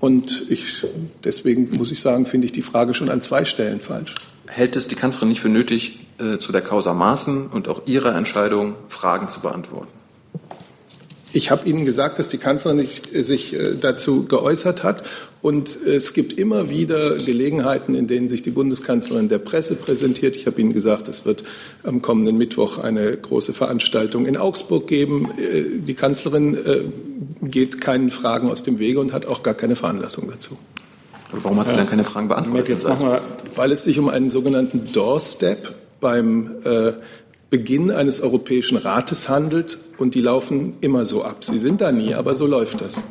Und deswegen muss ich sagen, finde ich die Frage schon an 2 Stellen falsch. Hält es die Kanzlerin nicht für nötig, zu der Causa Maaßen und auch ihrer Entscheidung Fragen zu beantworten? Ich habe Ihnen gesagt, dass die Kanzlerin sich dazu geäußert hat. Und es gibt immer wieder Gelegenheiten, in denen sich die Bundeskanzlerin der Presse präsentiert. Ich habe Ihnen gesagt, es wird am kommenden Mittwoch eine große Veranstaltung in Augsburg geben. Die Kanzlerin geht keinen Fragen aus dem Wege und hat auch gar keine Veranlassung dazu. Aber warum hat sie dann keine Fragen beantwortet? Jetzt machen wir, weil es sich um einen sogenannten Doorstep beim Beginn eines Europäischen Rates handelt. Und die laufen immer so ab. Sie sind da nie, aber so läuft das.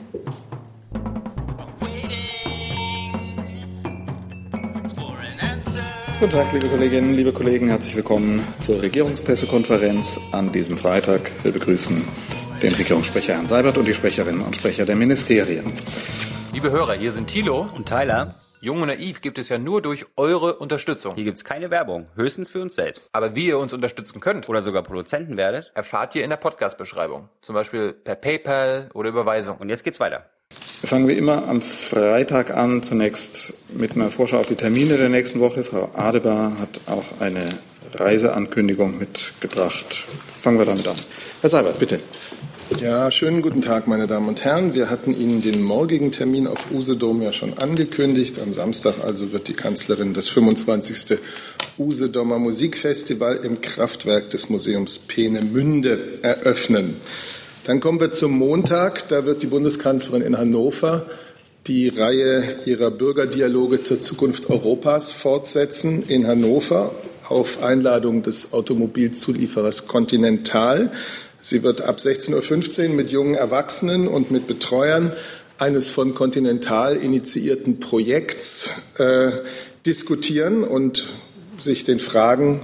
Guten Tag, liebe Kolleginnen, liebe Kollegen. Herzlich willkommen zur Regierungspressekonferenz an diesem Freitag. Wir begrüßen den Regierungssprecher Herrn Seibert und die Sprecherinnen und Sprecher der Ministerien. Liebe Hörer, hier sind Thilo und Tyler. Jung und Naiv gibt es ja nur durch eure Unterstützung. Hier gibt es keine Werbung, höchstens für uns selbst. Aber wie ihr uns unterstützen könnt oder sogar Produzenten werdet, erfahrt ihr in der Podcast-Beschreibung. Zum Beispiel per PayPal oder Überweisung. Und jetzt geht's weiter. Wir fangen wie immer am Freitag an, zunächst mit einer Vorschau auf die Termine der nächsten Woche. Frau Adebar hat auch eine Reiseankündigung mitgebracht. Fangen wir damit an. Herr Seibert, bitte. Ja, schönen guten Tag, meine Damen und Herren. Wir hatten Ihnen den morgigen Termin auf Usedom ja schon angekündigt. Am Samstag also wird die Kanzlerin das 25. Usedomer Musikfestival im Kraftwerk des Museums Peenemünde eröffnen. Dann kommen wir zum Montag. Da wird die Bundeskanzlerin in Hannover die Reihe ihrer Bürgerdialoge zur Zukunft Europas fortsetzen. In Hannover auf Einladung des Automobilzulieferers Continental. Sie wird ab 16.15 Uhr mit jungen Erwachsenen und mit Betreuern eines von Continental initiierten Projekts diskutieren und sich den Fragen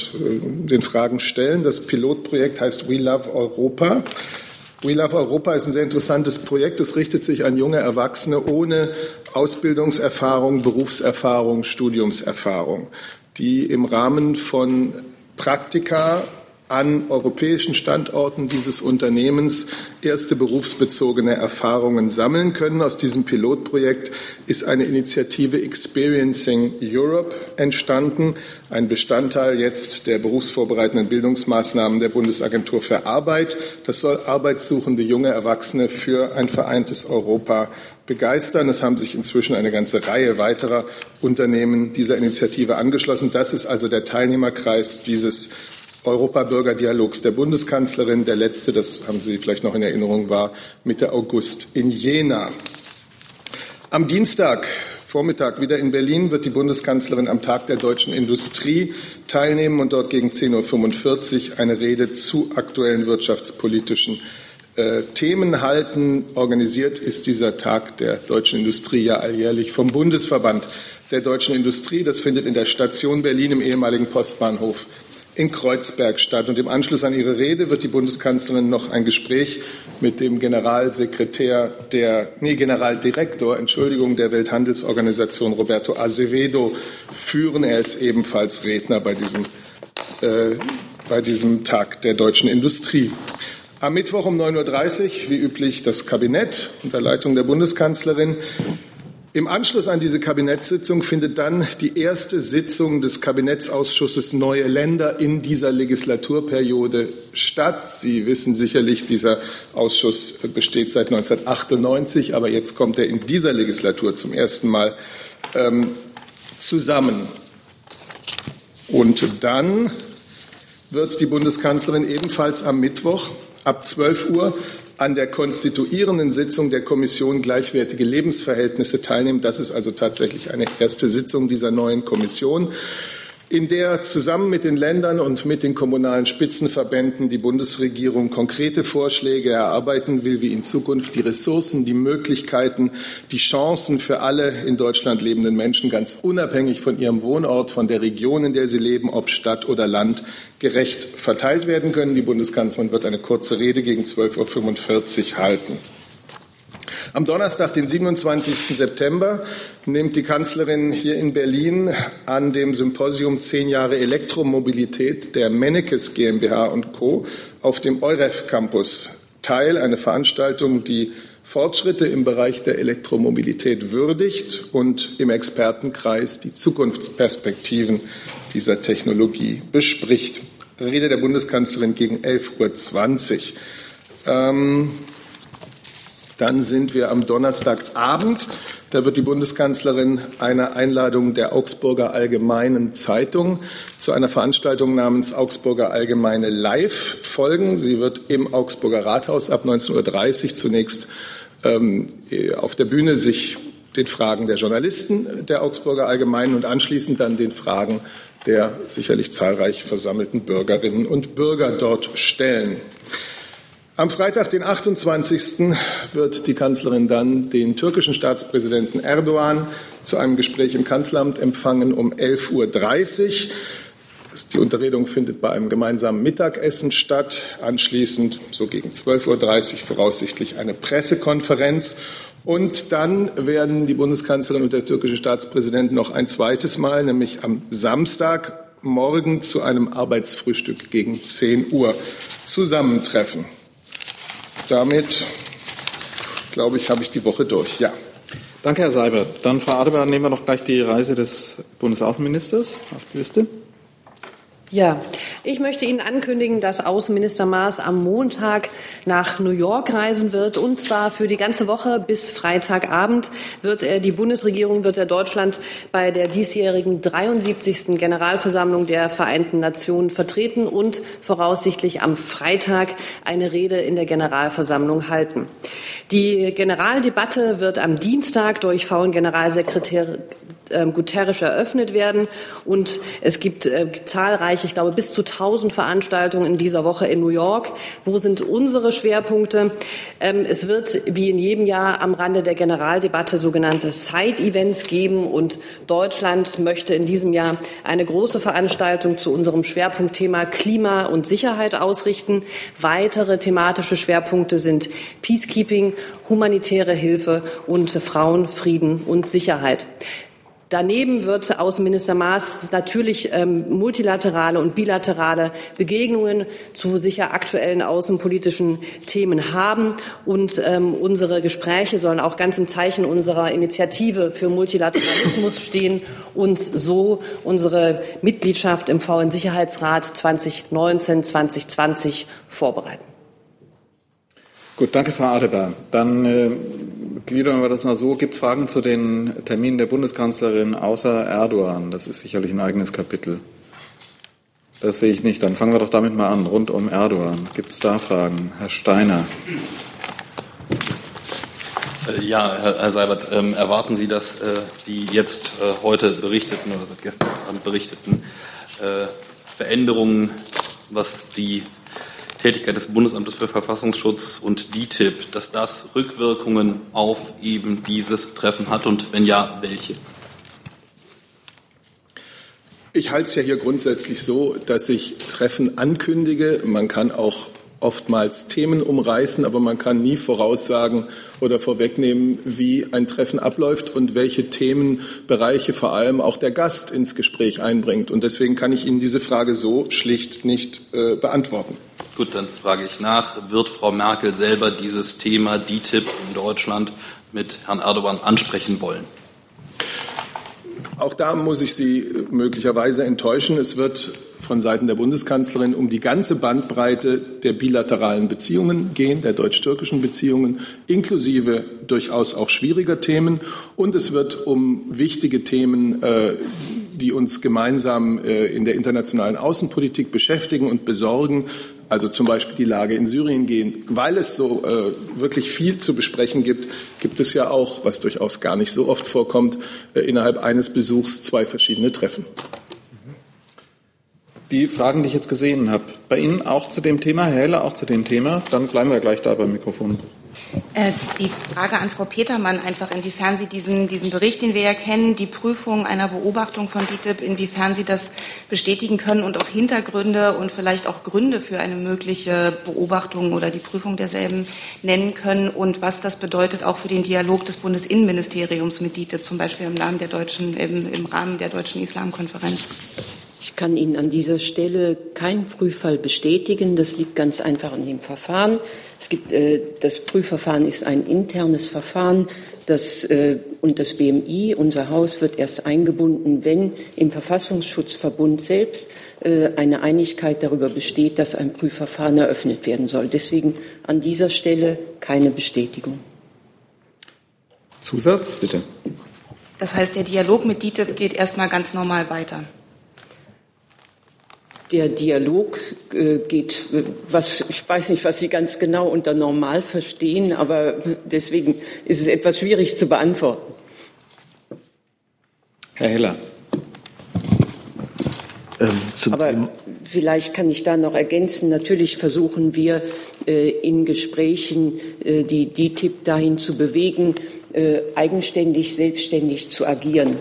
stellen. Das Pilotprojekt heißt We Love Europa. We Love Europa ist ein sehr interessantes Projekt. Es richtet sich an junge Erwachsene ohne Ausbildungserfahrung, Berufserfahrung, Studiumserfahrung, die im Rahmen von Praktika an europäischen Standorten dieses Unternehmens erste berufsbezogene Erfahrungen sammeln können. Aus diesem Pilotprojekt ist eine Initiative Experiencing Europe entstanden, ein Bestandteil jetzt der berufsvorbereitenden Bildungsmaßnahmen der Bundesagentur für Arbeit. Das soll arbeitssuchende junge Erwachsene für ein vereintes Europa begeistern. Es haben sich inzwischen eine ganze Reihe weiterer Unternehmen dieser Initiative angeschlossen. Das ist also der Teilnehmerkreis dieses Europabürgerdialogs der Bundeskanzlerin. Der letzte, das haben Sie vielleicht noch in Erinnerung, war Mitte August in Jena. Am Dienstag Vormittag wieder in Berlin wird die Bundeskanzlerin am Tag der deutschen Industrie teilnehmen und dort gegen 10.45 Uhr eine Rede zu aktuellen wirtschaftspolitischen Themen halten. Organisiert ist dieser Tag der deutschen Industrie ja alljährlich vom Bundesverband der deutschen Industrie. Das findet in der Station Berlin im ehemaligen Postbahnhof in Kreuzberg statt. Und im Anschluss an ihre Rede wird die Bundeskanzlerin noch ein Gespräch mit dem Generaldirektor der Welthandelsorganisation Roberto Azevedo führen. Er ist ebenfalls Redner bei diesem Tag der deutschen Industrie. Am Mittwoch um 9.30 Uhr, wie üblich, das Kabinett unter Leitung der Bundeskanzlerin. Im Anschluss an diese Kabinettssitzung findet dann die erste Sitzung des Kabinettsausschusses Neue Länder in dieser Legislaturperiode statt. Sie wissen sicherlich, dieser Ausschuss besteht seit 1998, aber jetzt kommt er in dieser Legislatur zum ersten Mal zusammen. Und dann wird die Bundeskanzlerin ebenfalls am Mittwoch ab 12 Uhr an der konstituierenden Sitzung der Kommission Gleichwertige Lebensverhältnisse teilnehmen. Das ist also tatsächlich eine erste Sitzung dieser neuen Kommission, in der zusammen mit den Ländern und mit den kommunalen Spitzenverbänden die Bundesregierung konkrete Vorschläge erarbeiten will, wie in Zukunft die Ressourcen, die Möglichkeiten, die Chancen für alle in Deutschland lebenden Menschen ganz unabhängig von ihrem Wohnort, von der Region, in der sie leben, ob Stadt oder Land, gerecht verteilt werden können. Die Bundeskanzlerin wird eine kurze Rede gegen 12.45 Uhr halten. Am Donnerstag, den 27. September, nimmt die Kanzlerin hier in Berlin an dem Symposium 10 Jahre Elektromobilität der Mennekes GmbH und Co. auf dem EUREF Campus teil. Eine Veranstaltung, die Fortschritte im Bereich der Elektromobilität würdigt und im Expertenkreis die Zukunftsperspektiven dieser Technologie bespricht. Rede der Bundeskanzlerin gegen 11:20 Uhr. Dann sind wir am Donnerstagabend. Da wird die Bundeskanzlerin einer Einladung der Augsburger Allgemeinen Zeitung zu einer Veranstaltung namens Augsburger Allgemeine Live folgen. Sie wird im Augsburger Rathaus ab 19:30 Uhr zunächst auf der Bühne sich den Fragen der Journalisten der Augsburger Allgemeinen und anschließend dann den Fragen der sicherlich zahlreich versammelten Bürgerinnen und Bürger dort stellen. Am Freitag, den 28. wird die Kanzlerin dann den türkischen Staatspräsidenten Erdogan zu einem Gespräch im Kanzleramt empfangen um 11:30 Uhr. Die Unterredung findet bei einem gemeinsamen Mittagessen statt. Anschließend, so gegen 12:30 Uhr, voraussichtlich eine Pressekonferenz. Und dann werden die Bundeskanzlerin und der türkische Staatspräsident noch ein zweites Mal, nämlich am Samstagmorgen, zu einem Arbeitsfrühstück gegen 10 Uhr zusammentreffen. Damit, glaube ich, habe ich die Woche durch. Ja. Danke, Herr Seibert. Dann, Frau Adebar, nehmen wir noch gleich die Reise des Bundesaußenministers auf die Liste. Ja, ich möchte Ihnen ankündigen, dass Außenminister Maas am Montag nach New York reisen wird, und zwar für die ganze Woche bis Freitagabend wird er Deutschland bei der diesjährigen 73. Generalversammlung der Vereinten Nationen vertreten und voraussichtlich am Freitag eine Rede in der Generalversammlung halten. Die Generaldebatte wird am Dienstag durch VN-Generalsekretär Guterres eröffnet werden. Und es gibt zahlreiche, ich glaube, bis zu 1000 Veranstaltungen in dieser Woche in New York. Wo sind unsere Schwerpunkte? Es wird wie in jedem Jahr am Rande der Generaldebatte sogenannte Side-Events geben. Und Deutschland möchte in diesem Jahr eine große Veranstaltung zu unserem Schwerpunktthema Klima und Sicherheit ausrichten. Weitere thematische Schwerpunkte sind Peacekeeping, humanitäre Hilfe und Frauen, Frieden und Sicherheit. Daneben wird Außenminister Maas natürlich multilaterale und bilaterale Begegnungen zu sicher aktuellen außenpolitischen Themen haben. Und unsere Gespräche sollen auch ganz im Zeichen unserer Initiative für Multilateralismus stehen und so unsere Mitgliedschaft im VN-Sicherheitsrat 2019-2020 vorbereiten. Gut, danke, Frau Adebar. Dann gliedern wir das mal so. Gibt es Fragen zu den Terminen der Bundeskanzlerin außer Erdogan? Das ist sicherlich ein eigenes Kapitel. Das sehe ich nicht. Dann fangen wir doch damit mal an, rund um Erdogan. Gibt es da Fragen? Herr Steiner. Ja, Herr Seibert, erwarten Sie, dass die jetzt heute berichteten oder gestern Abend berichteten Veränderungen, was die Tätigkeit des Bundesamtes für Verfassungsschutz und DITIB, dass das Rückwirkungen auf eben dieses Treffen hat und wenn ja, welche? Ich halte es ja hier grundsätzlich so, dass ich Treffen ankündige. Man kann auch oftmals Themen umreißen, aber man kann nie voraussagen oder vorwegnehmen, wie ein Treffen abläuft und welche Themenbereiche vor allem auch der Gast ins Gespräch einbringt. Und deswegen kann ich Ihnen diese Frage so schlicht nicht beantworten. Gut, dann frage ich nach. Wird Frau Merkel selber dieses Thema DITIB in Deutschland mit Herrn Erdogan ansprechen wollen? Auch da muss ich Sie möglicherweise enttäuschen. Es wird von Seiten der Bundeskanzlerin um die ganze Bandbreite der bilateralen Beziehungen gehen, der deutsch-türkischen Beziehungen, inklusive durchaus auch schwieriger Themen. Und es wird um wichtige Themen, die uns gemeinsam in der internationalen Außenpolitik beschäftigen und besorgen, also zum Beispiel die Lage in Syrien gehen. Weil es so wirklich viel zu besprechen gibt, gibt es ja auch, was durchaus gar nicht so oft vorkommt, innerhalb eines Besuchs 2 verschiedene Treffen. Die Fragen, die ich jetzt gesehen habe, bei Ihnen auch zu dem Thema, Herr Heller auch zu dem Thema, dann bleiben wir gleich da beim Mikrofon. Die Frage an Frau Petermann einfach, inwiefern Sie diesen Bericht, den wir ja kennen, die Prüfung einer Beobachtung von DITIB, inwiefern Sie das bestätigen können und auch Hintergründe und vielleicht auch Gründe für eine mögliche Beobachtung oder die Prüfung derselben nennen können und was das bedeutet auch für den Dialog des Bundesinnenministeriums mit DITIB, zum Beispiel im Rahmen der deutschen Islamkonferenz. Ich kann Ihnen an dieser Stelle keinen Prüffall bestätigen. Das liegt ganz einfach an dem Verfahren. Das Prüfverfahren ist ein internes Verfahren. Und das BMI, unser Haus, wird erst eingebunden, wenn im Verfassungsschutzverbund selbst eine Einigkeit darüber besteht, dass ein Prüfverfahren eröffnet werden soll. Deswegen an dieser Stelle keine Bestätigung. Zusatz, bitte. Das heißt, der Dialog mit DITIB geht erstmal ganz normal weiter. Der Dialog geht, ich weiß nicht, was Sie ganz genau unter normal verstehen, aber deswegen ist es etwas schwierig zu beantworten. Herr Heller. Aber vielleicht kann ich da noch ergänzen, natürlich versuchen wir in Gesprächen die DITIB dahin zu bewegen, eigenständig, selbstständig zu agieren.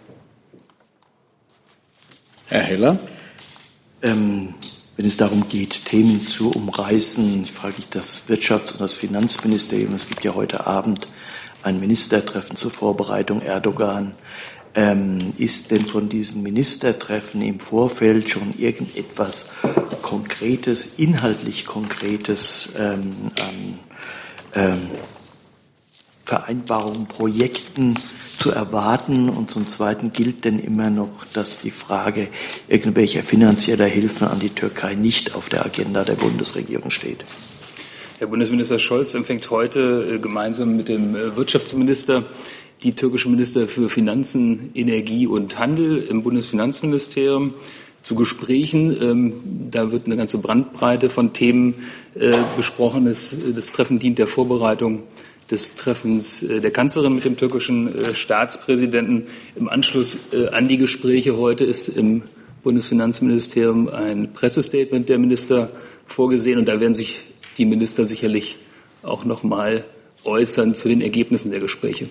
Herr Heller. Wenn es darum geht, Themen zu umreißen, frage ich das Wirtschafts- und das Finanzministerium. Es gibt ja heute Abend ein Ministertreffen zur Vorbereitung Erdogan. Ist denn von diesen Ministertreffen im Vorfeld schon irgendetwas Konkretes, inhaltlich Konkretes an Vereinbarungen, Projekten zu erwarten? Und zum Zweiten gilt denn immer noch, dass die Frage irgendwelcher finanzieller Hilfen an die Türkei nicht auf der Agenda der Bundesregierung steht? Herr Bundesminister Scholz empfängt heute gemeinsam mit dem Wirtschaftsminister die türkischen Minister für Finanzen, Energie und Handel im Bundesfinanzministerium zu Gesprächen. Da wird eine ganze Bandbreite von Themen besprochen. Das Treffen dient der Vorbereitung des Treffens der Kanzlerin mit dem türkischen Staatspräsidenten. Im Anschluss an die Gespräche heute ist im Bundesfinanzministerium ein Pressestatement der Minister vorgesehen. Und da werden sich die Minister sicherlich auch noch mal äußern zu den Ergebnissen der Gespräche.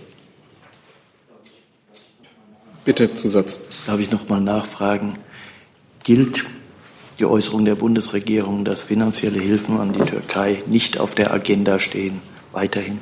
Bitte Zusatz. Darf ich noch mal nachfragen? Gilt die Äußerung der Bundesregierung, dass finanzielle Hilfen an die Türkei nicht auf der Agenda stehen, weiterhin?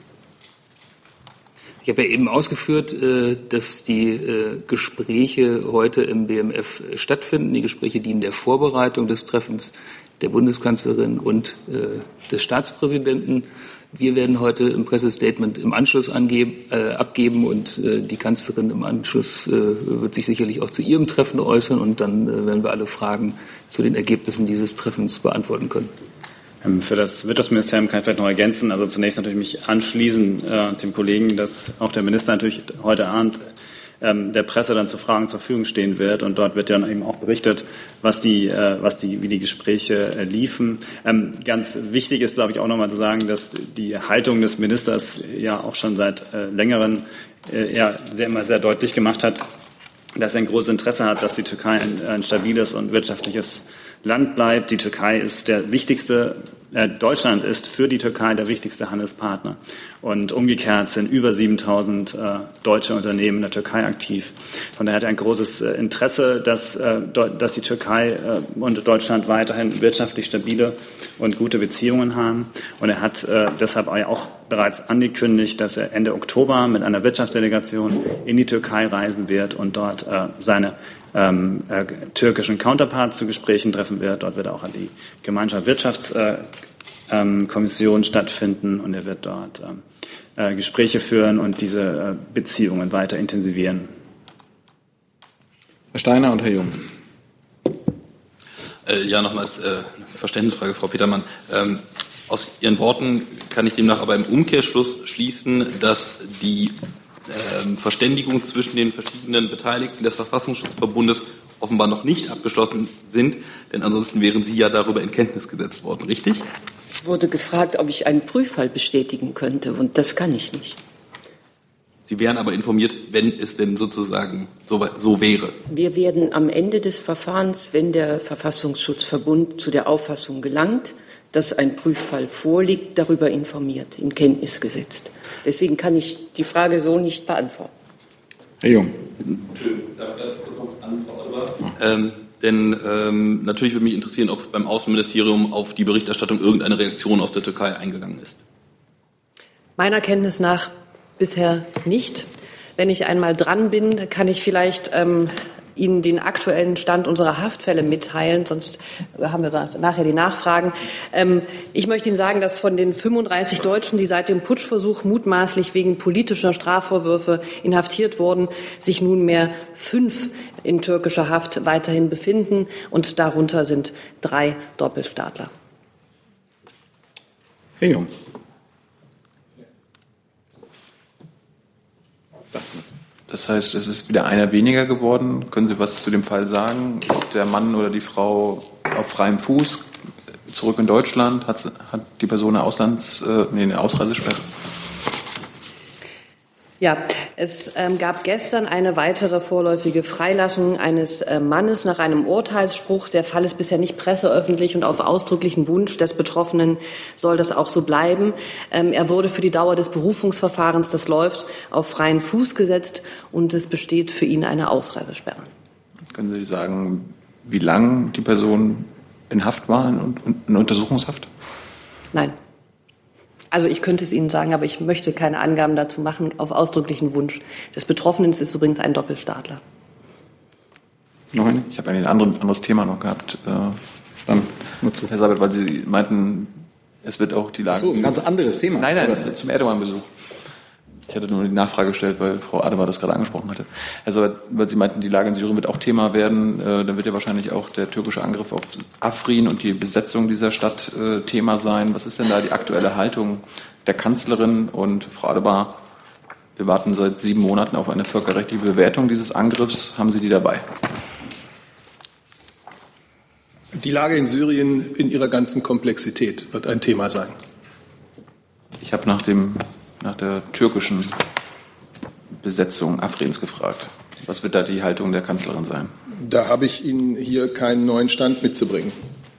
Ich habe ja eben ausgeführt, dass die Gespräche heute im BMF stattfinden. Die Gespräche dienen der Vorbereitung des Treffens der Bundeskanzlerin und des Staatspräsidenten. Wir werden heute im Pressestatement im Anschluss abgeben und die Kanzlerin im Anschluss wird sich sicherlich auch zu ihrem Treffen äußern und dann werden wir alle Fragen zu den Ergebnissen dieses Treffens beantworten können. Für das Wirtschaftsministerium kann ich vielleicht noch ergänzen, also zunächst natürlich mich anschließen dem Kollegen, dass auch der Minister natürlich heute Abend der Presse dann zu Fragen zur Verfügung stehen wird. Und dort wird dann eben auch berichtet, wie die Gespräche liefen. Ganz wichtig ist, glaube ich, auch nochmal zu sagen, dass die Haltung des Ministers ja auch schon seit längerem immer sehr deutlich gemacht hat, dass er ein großes Interesse hat, dass die Türkei ein stabiles und wirtschaftliches Land bleibt. Die Türkei ist der wichtigste, Deutschland ist für die Türkei der wichtigste Handelspartner. Und umgekehrt sind über 7.000 deutsche Unternehmen in der Türkei aktiv. Von daher hat er ein großes Interesse, dass die Türkei und Deutschland weiterhin wirtschaftlich stabile und gute Beziehungen haben. Und er hat deshalb auch bereits angekündigt, dass er Ende Oktober mit einer Wirtschaftsdelegation in die Türkei reisen wird und dort seine türkischen Counterparts zu Gesprächen treffen wird. Dort wird er auch an die Gemeinschaft Wirtschaftskommission stattfinden und er wird dort Gespräche führen und diese Beziehungen weiter intensivieren. Herr Steiner und Herr Jung. Ja, nochmals eine Verständnisfrage, Frau Petermann. Aus Ihren Worten kann ich demnach aber im Umkehrschluss schließen, dass die Verständigung zwischen den verschiedenen Beteiligten des Verfassungsschutzverbundes offenbar noch nicht abgeschlossen sind, denn ansonsten wären Sie ja darüber in Kenntnis gesetzt worden, richtig? Ich wurde gefragt, ob ich einen Prüffall bestätigen könnte, und das kann ich nicht. Sie wären aber informiert, wenn es denn sozusagen so wäre. Wir werden am Ende des Verfahrens, wenn der Verfassungsschutzverbund zu der Auffassung gelangt, dass ein Prüffall vorliegt, darüber informiert, in Kenntnis gesetzt. Deswegen kann ich die Frage so nicht beantworten. Herr Jung. Darf ich das kurz antworten? Denn natürlich würde mich interessieren, ob beim Außenministerium auf die Berichterstattung irgendeine Reaktion aus der Türkei eingegangen ist. Meiner Kenntnis nach bisher nicht. Wenn ich einmal dran bin, kann ich vielleicht Ihnen den aktuellen Stand unserer Haftfälle mitteilen, sonst haben wir nachher die Nachfragen. Ich möchte Ihnen sagen, dass von den 35 Deutschen, die seit dem Putschversuch mutmaßlich wegen politischer Strafvorwürfe inhaftiert wurden, sich nunmehr 5 in türkischer Haft weiterhin befinden, und darunter sind 3 Doppelstaatler. Herr Jung. Das heißt, es ist wieder einer weniger geworden. Können Sie was zu dem Fall sagen? Ist der Mann oder die Frau auf freiem Fuß zurück in Deutschland? Hat die Person eine Ausreisesperre? Ja, es gab gestern eine weitere vorläufige Freilassung eines Mannes nach einem Urteilsspruch. Der Fall ist bisher nicht presseöffentlich, und auf ausdrücklichen Wunsch des Betroffenen soll das auch so bleiben. Er wurde für die Dauer des Berufungsverfahrens, das läuft, auf freien Fuß gesetzt, und es besteht für ihn eine Ausreisesperre. Können Sie sagen, wie lang die Person in Haft war, in Untersuchungshaft? Nein. Also ich könnte es Ihnen sagen, aber ich möchte keine Angaben dazu machen, auf ausdrücklichen Wunsch des Betroffenen. Es ist übrigens ein Doppelstaatler. Noch eine? Ich habe ein anderes Thema noch gehabt. Dann nur zu. Herr Sabat, weil Sie meinten, es wird auch die Lage... Ach so, ein ganz anderes Thema. Nein, zum Erdogan-Besuch. Ich hatte nur die Nachfrage gestellt, weil Frau Adebar das gerade angesprochen hatte. Also, weil Sie meinten, die Lage in Syrien wird auch Thema werden, dann wird ja wahrscheinlich auch der türkische Angriff auf Afrin und die Besetzung dieser Stadt Thema sein. Was ist denn da die aktuelle Haltung der Kanzlerin? Und Frau Adebar, wir warten seit 7 Monaten auf eine völkerrechtliche Bewertung dieses Angriffs. Haben Sie die dabei? Die Lage in Syrien in ihrer ganzen Komplexität wird ein Thema sein. Ich habe nach der türkischen Besetzung Afrins gefragt. Was wird da die Haltung der Kanzlerin sein? Da habe ich Ihnen hier keinen neuen Stand mitzubringen.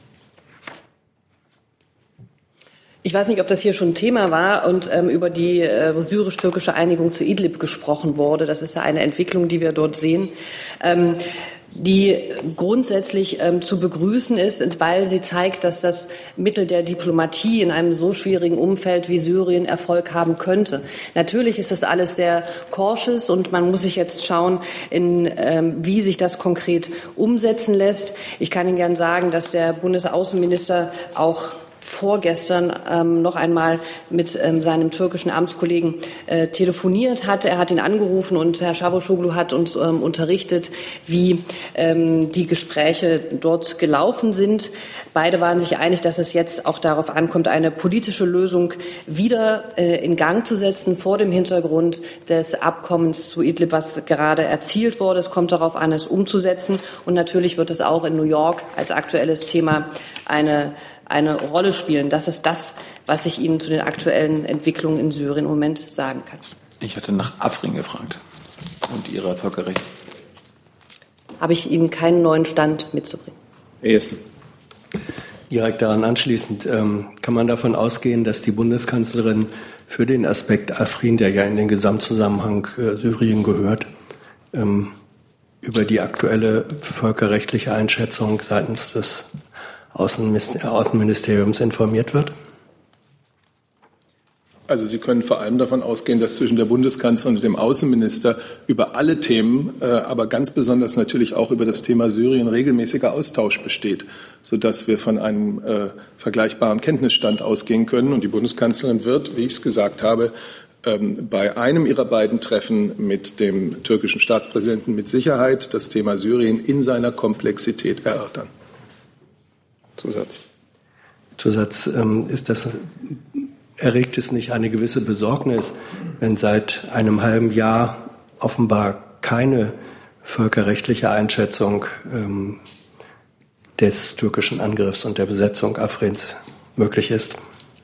Ich weiß nicht, ob das hier schon Thema war und über die syrisch-türkische Einigung zu Idlib gesprochen wurde. Das ist ja eine Entwicklung, die wir dort sehen. Die grundsätzlich zu begrüßen ist, weil sie zeigt, dass das Mittel der Diplomatie in einem so schwierigen Umfeld wie Syrien Erfolg haben könnte. Natürlich ist das alles sehr cautious, und man muss sich jetzt schauen, wie sich das konkret umsetzen lässt. Ich kann Ihnen gern sagen, dass der Bundesaußenminister auch vorgestern noch einmal mit seinem türkischen Amtskollegen telefoniert hat. Er hat ihn angerufen, und Herr Çavuşoğlu hat uns unterrichtet, wie die Gespräche dort gelaufen sind. Beide waren sich einig, dass es jetzt auch darauf ankommt, eine politische Lösung wieder in Gang zu setzen vor dem Hintergrund des Abkommens zu Idlib, was gerade erzielt wurde. Es kommt darauf an, es umzusetzen. Und natürlich wird es auch in New York als aktuelles Thema eine Rolle spielen. Das ist das, was ich Ihnen zu den aktuellen Entwicklungen in Syrien im Moment sagen kann. Ich hatte nach Afrin gefragt und ihrer Völkerrecht. Habe ich Ihnen keinen neuen Stand mitzubringen. Essen. Direkt daran anschließend, kann man davon ausgehen, dass die Bundeskanzlerin für den Aspekt Afrin, der ja in den Gesamtzusammenhang Syrien gehört, über die aktuelle völkerrechtliche Einschätzung seitens des Außenministeriums informiert wird? Also Sie können vor allem davon ausgehen, dass zwischen der Bundeskanzlerin und dem Außenminister über alle Themen, aber ganz besonders natürlich auch über das Thema Syrien regelmäßiger Austausch besteht, sodass wir von einem vergleichbaren Kenntnisstand ausgehen können. Und die Bundeskanzlerin wird, wie ich es gesagt habe, bei einem ihrer beiden Treffen mit dem türkischen Staatspräsidenten mit Sicherheit das Thema Syrien in seiner Komplexität erörtern. Zusatz, erregt es nicht eine gewisse Besorgnis, wenn seit einem halben Jahr offenbar keine völkerrechtliche Einschätzung des türkischen Angriffs und der Besetzung Afrins möglich ist?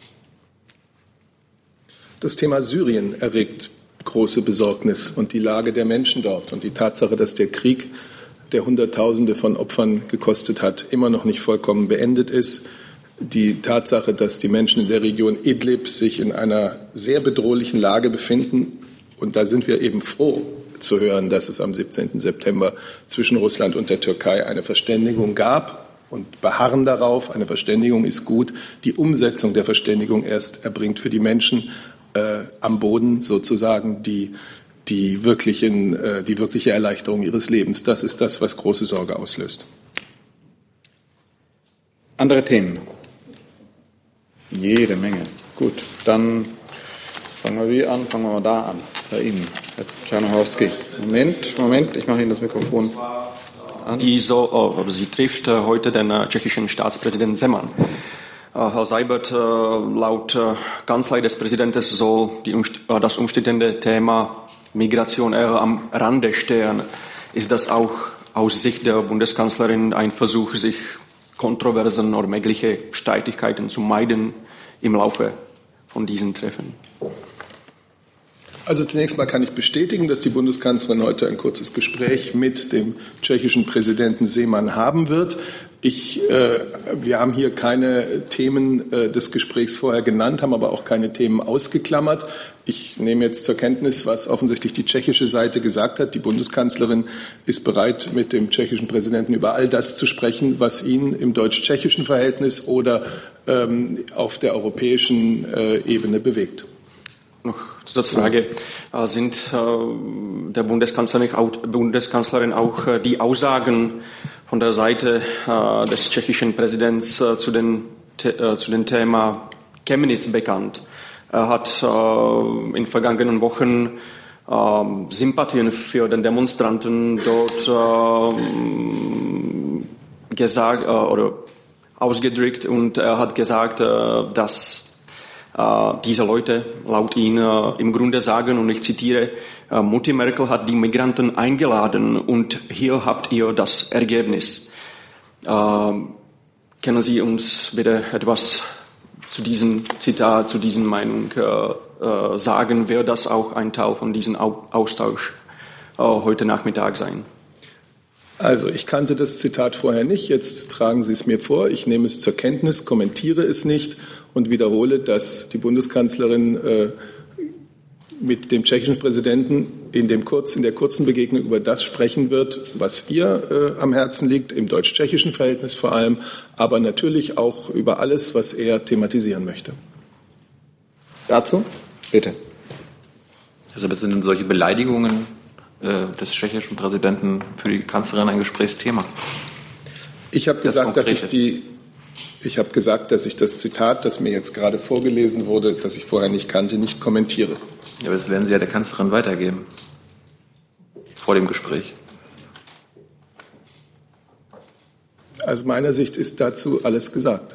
Das Thema Syrien erregt große Besorgnis, und die Lage der Menschen dort und die Tatsache, dass der Krieg, der Hunderttausende von Opfern gekostet hat, immer noch nicht vollkommen beendet ist. Die Tatsache, dass die Menschen in der Region Idlib sich in einer sehr bedrohlichen Lage befinden. Und da sind wir eben froh zu hören, dass es am 17. September zwischen Russland und der Türkei eine Verständigung gab, und beharren darauf. Eine Verständigung ist gut. Die Umsetzung der Verständigung erst erbringt für die Menschen am Boden sozusagen die die wirkliche Erleichterung ihres Lebens. Das ist das, was große Sorge auslöst. Andere Themen? Jede Menge. Gut, dann fangen wir wie an? Fangen wir mal da an, bei Ihnen, Herr Czarnochowski. Moment, ich mache Ihnen das Mikrofon an. Sie trifft heute den tschechischen Staatspräsidenten Zeman. Herr Seibert, laut Kanzlei des Präsidenten soll das umstrittene Thema Migration eher am Rande stehen. Ist das auch aus Sicht der Bundeskanzlerin ein Versuch, sich Kontroversen oder mögliche Streitigkeiten zu meiden im Laufe von diesen Treffen? Also zunächst mal kann ich bestätigen, dass die Bundeskanzlerin heute ein kurzes Gespräch mit dem tschechischen Präsidenten Zeman haben wird. Wir haben hier keine Themen des Gesprächs vorher genannt, haben aber auch keine Themen ausgeklammert. Ich nehme jetzt zur Kenntnis, was offensichtlich die tschechische Seite gesagt hat. Die Bundeskanzlerin ist bereit, mit dem tschechischen Präsidenten über all das zu sprechen, was ihn im deutsch-tschechischen Verhältnis oder auf der europäischen Ebene bewegt. Noch Zusatzfrage. Sind der Bundeskanzlerin auch die Aussagen von der Seite des tschechischen Präsidenten zu dem Thema Chemnitz bekannt? Er hat in vergangenen Wochen Sympathien für den Demonstranten dort gesagt oder ausgedrückt, und er hat gesagt, dass diese Leute laut ihm im Grunde sagen, und ich zitiere, Mutti Merkel hat die Migranten eingeladen und hier habt ihr das Ergebnis. Können Sie uns bitte etwas zu diesem Zitat, zu dieser Meinung sagen? Wird das auch ein Teil von diesem Austausch heute Nachmittag sein? Also ich kannte das Zitat vorher nicht, jetzt tragen Sie es mir vor, ich nehme es zur Kenntnis, kommentiere es nicht und wiederhole, dass die Bundeskanzlerin mit dem tschechischen Präsidenten in der kurzen Begegnung über das sprechen wird, was ihr am Herzen liegt, im deutsch-tschechischen Verhältnis vor allem, aber natürlich auch über alles, was er thematisieren möchte. Dazu? Bitte. Also sind denn solche Beleidigungen des tschechischen Präsidenten für die Kanzlerin ein Gesprächsthema? Ich habe gesagt, dass ich das Zitat, das mir jetzt gerade vorgelesen wurde, das ich vorher nicht kannte, nicht kommentiere. Ja, aber das werden Sie ja der Kanzlerin weitergeben. Vor dem Gespräch. Aus meiner Sicht ist dazu alles gesagt.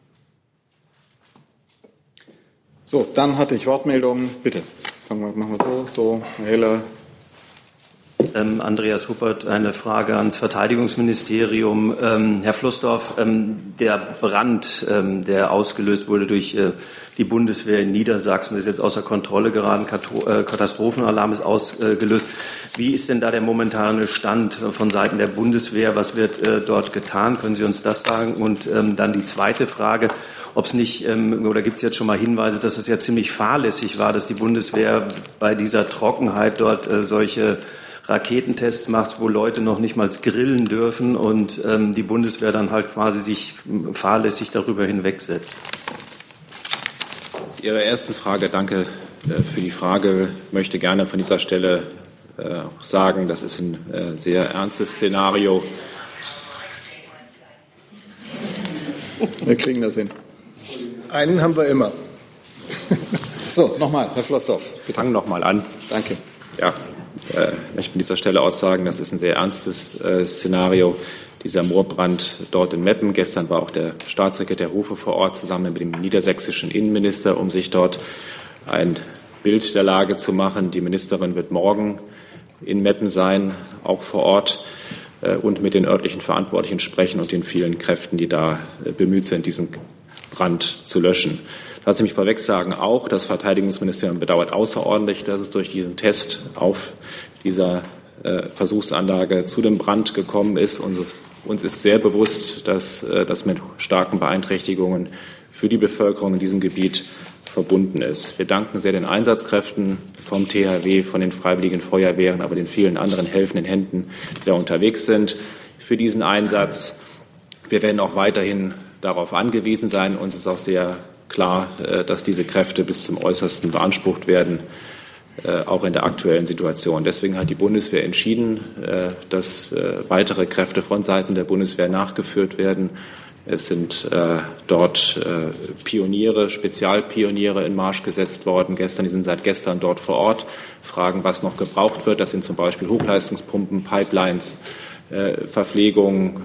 So, dann hatte ich Wortmeldungen. Bitte. Machen wir so. Herr Heller. Andreas Huppert, eine Frage ans Verteidigungsministerium. Herr Floßdorf, der Brand, der ausgelöst wurde durch die Bundeswehr in Niedersachsen, ist jetzt außer Kontrolle geraten. Katastrophenalarm ist ausgelöst. Wie ist denn da der momentane Stand von Seiten der Bundeswehr? Was wird dort getan? Können Sie uns das sagen? Und dann die zweite Frage. Ob es nicht, oder gibt es jetzt schon mal Hinweise, dass es ja ziemlich fahrlässig war, dass die Bundeswehr bei dieser Trockenheit dort solche Raketentests macht, wo Leute noch nicht mal grillen dürfen und die Bundeswehr dann halt quasi sich fahrlässig darüber hinwegsetzt? Zu Ihrer ersten Frage, danke für die Frage. Ich möchte gerne von dieser Stelle sagen, das ist ein sehr ernstes Szenario. Wir kriegen das hin. Einen haben wir immer. So, nochmal, Herr Floßdorf. Wir fangen nochmal an. Danke. Ja, ich möchte von dieser Stelle aus sagen, das ist ein sehr ernstes Szenario. Dieser Moorbrand dort in Meppen. Gestern war auch der Staatssekretär Hofe vor Ort zusammen mit dem niedersächsischen Innenminister, um sich dort ein Bild der Lage zu machen. Die Ministerin wird morgen in Meppen sein, auch vor Ort, und mit den örtlichen Verantwortlichen sprechen und den vielen Kräften, die da bemüht sind, diesen Brand zu löschen. Lassen Sie mich vorweg sagen, auch das Verteidigungsministerium bedauert außerordentlich, dass es durch diesen Test auf dieser Versuchsanlage zu dem Brand gekommen ist. Uns ist sehr bewusst, dass das mit starken Beeinträchtigungen für die Bevölkerung in diesem Gebiet verbunden ist. Wir danken sehr den Einsatzkräften vom THW, von den Freiwilligen Feuerwehren, aber den vielen anderen helfenden Händen, die da unterwegs sind, für diesen Einsatz. Wir werden auch weiterhin darauf angewiesen sein. Uns ist auch sehr klar, dass diese Kräfte bis zum Äußersten beansprucht werden auch in der aktuellen Situation. Deswegen hat die Bundeswehr entschieden, dass weitere Kräfte von Seiten der Bundeswehr nachgeführt werden. Es sind dort Pioniere, Spezialpioniere in Marsch gesetzt worden. Die sind seit gestern dort vor Ort, fragen, was noch gebraucht wird. Das sind zum Beispiel Hochleistungspumpen, Pipelines, Verpflegung,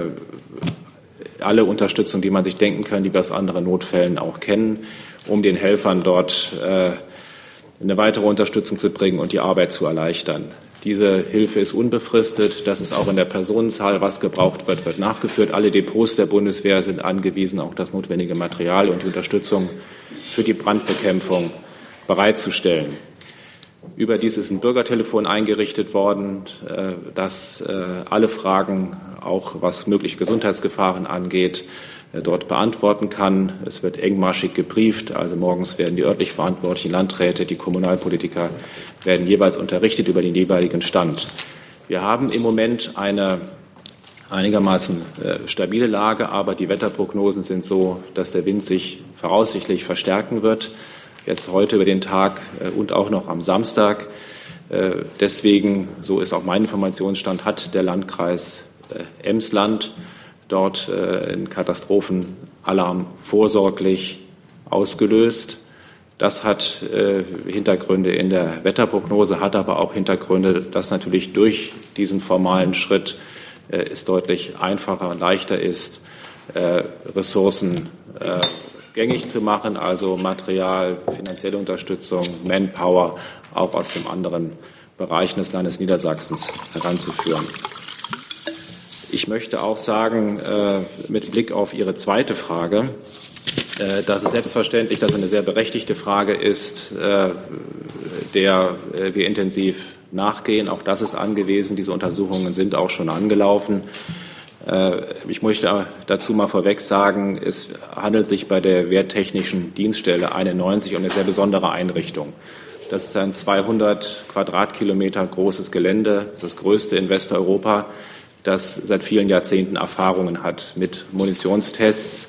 alle Unterstützung, die man sich denken kann, die wir aus anderen Notfällen auch kennen, um den Helfern dort eine weitere Unterstützung zu bringen und die Arbeit zu erleichtern. Diese Hilfe ist unbefristet. Das ist auch in der Personenzahl, was gebraucht wird, wird nachgeführt. Alle Depots der Bundeswehr sind angewiesen, auch das notwendige Material und die Unterstützung für die Brandbekämpfung bereitzustellen. Überdies ist ein Bürgertelefon eingerichtet worden, das alle Fragen, auch was mögliche Gesundheitsgefahren angeht, dort beantworten kann. Es wird engmaschig gebrieft, also morgens werden die örtlich verantwortlichen Landräte, die Kommunalpolitiker werden jeweils unterrichtet über den jeweiligen Stand. Wir haben im Moment eine einigermaßen stabile Lage, aber die Wetterprognosen sind so, dass der Wind sich voraussichtlich verstärken wird, jetzt heute über den Tag und auch noch am Samstag. Deswegen, so ist auch mein Informationsstand, hat der Landkreis Emsland dort einen Katastrophenalarm vorsorglich ausgelöst. Das hat Hintergründe in der Wetterprognose, hat aber auch Hintergründe, dass natürlich durch diesen formalen Schritt es deutlich einfacher und leichter ist, Ressourcen gängig zu machen, also Material, finanzielle Unterstützung, Manpower auch aus den anderen Bereichen des Landes Niedersachsens heranzuführen. Ich möchte auch sagen, mit Blick auf Ihre zweite Frage, dass es selbstverständlich, dass eine sehr berechtigte Frage ist, der wir intensiv nachgehen. Auch das ist angewiesen. Diese Untersuchungen sind auch schon angelaufen. Ich möchte dazu mal vorweg sagen, es handelt sich bei der Wehrtechnischen Dienststelle 91 um eine sehr besondere Einrichtung. Das ist ein 200 Quadratkilometer großes Gelände, das ist das größte in Westeuropa, das seit vielen Jahrzehnten Erfahrungen hat mit Munitionstests.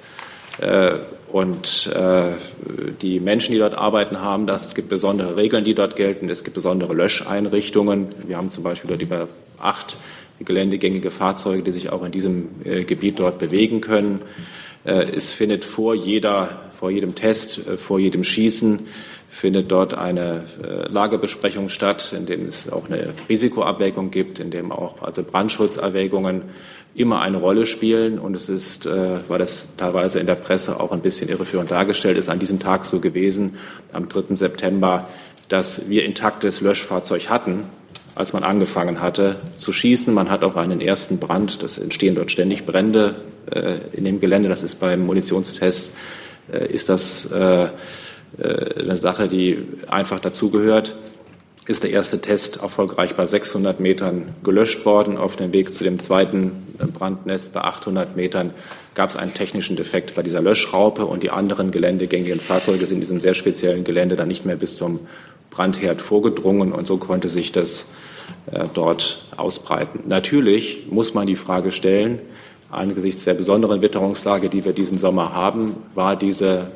Und die Menschen, die dort arbeiten, haben das. Es gibt besondere Regeln, die dort gelten. Es gibt besondere Löscheinrichtungen. Wir haben zum Beispiel dort über 8 geländegängige Fahrzeuge, die sich auch in diesem Gebiet dort bewegen können. Es findet vor jedem Test, vor jedem Schießen, findet dort eine Lagebesprechung statt, in dem es auch eine Risikoabwägung gibt, in dem auch also Brandschutzerwägungen immer eine Rolle spielen. Und es ist, weil das teilweise in der Presse auch ein bisschen irreführend dargestellt ist, an diesem Tag so gewesen, am 3. September, dass wir intaktes Löschfahrzeug hatten, als man angefangen hatte zu schießen. Man hat auch einen ersten Brand, das entstehen dort ständig Brände in dem Gelände. Das ist beim Munitionstest, ist das eine Sache, die einfach dazugehört. Ist der erste Test erfolgreich bei 600 Metern gelöscht worden. Auf dem Weg zu dem zweiten Brandnest bei 800 Metern gab es einen technischen Defekt bei dieser Löschraupe und die anderen geländegängigen Fahrzeuge sind in diesem sehr speziellen Gelände dann nicht mehr bis zum Brandherd vorgedrungen und so konnte sich das dort ausbreiten. Natürlich muss man die Frage stellen, angesichts der besonderen Witterungslage, die wir diesen Sommer haben, war diese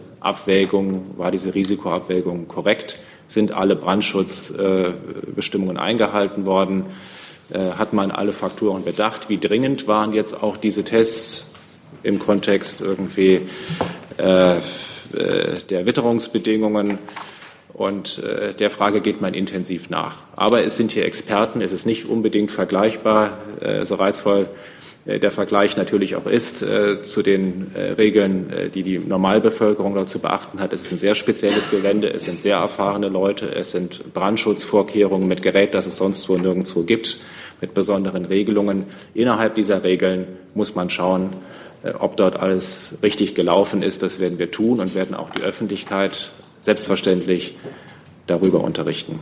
Risikoabwägung korrekt? Sind alle Brandschutzbestimmungen eingehalten worden? Hat man alle Faktoren bedacht? Wie dringend waren jetzt auch diese Tests im Kontext irgendwie der Witterungsbedingungen? Und der Frage geht man intensiv nach. Aber es sind hier Experten, es ist nicht unbedingt vergleichbar, so reizvoll der Vergleich natürlich auch ist zu den Regeln, die die Normalbevölkerung dort zu beachten hat. Es ist ein sehr spezielles Gelände, es sind sehr erfahrene Leute, es sind Brandschutzvorkehrungen mit Gerät, das es sonst wo nirgendwo gibt, mit besonderen Regelungen. Innerhalb dieser Regeln muss man schauen, ob dort alles richtig gelaufen ist. Das werden wir tun und werden auch die Öffentlichkeit selbstverständlich darüber unterrichten.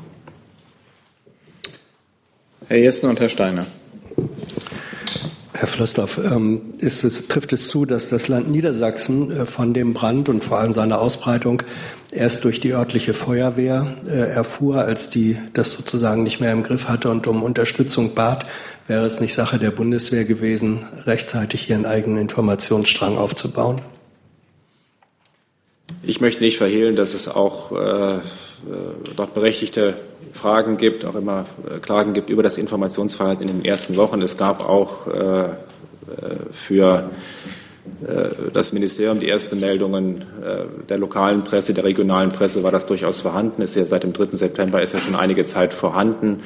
Herr Jessen und Herr Steiner. Herr Flossdorf, trifft es zu, dass das Land Niedersachsen von dem Brand und vor allem seiner Ausbreitung erst durch die örtliche Feuerwehr erfuhr, als die das sozusagen nicht mehr im Griff hatte und um Unterstützung bat? Wäre es nicht Sache der Bundeswehr gewesen, rechtzeitig ihren eigenen Informationsstrang aufzubauen? Ich möchte nicht verhehlen, dass es auch dort berechtigte Fragen gibt, auch immer Klagen gibt über das Informationsverhalten in den ersten Wochen. Es gab auch für das Ministerium die ersten Meldungen der lokalen Presse, der regionalen Presse war das durchaus vorhanden. Ist ja seit dem 3. September ist ja schon einige Zeit vorhanden.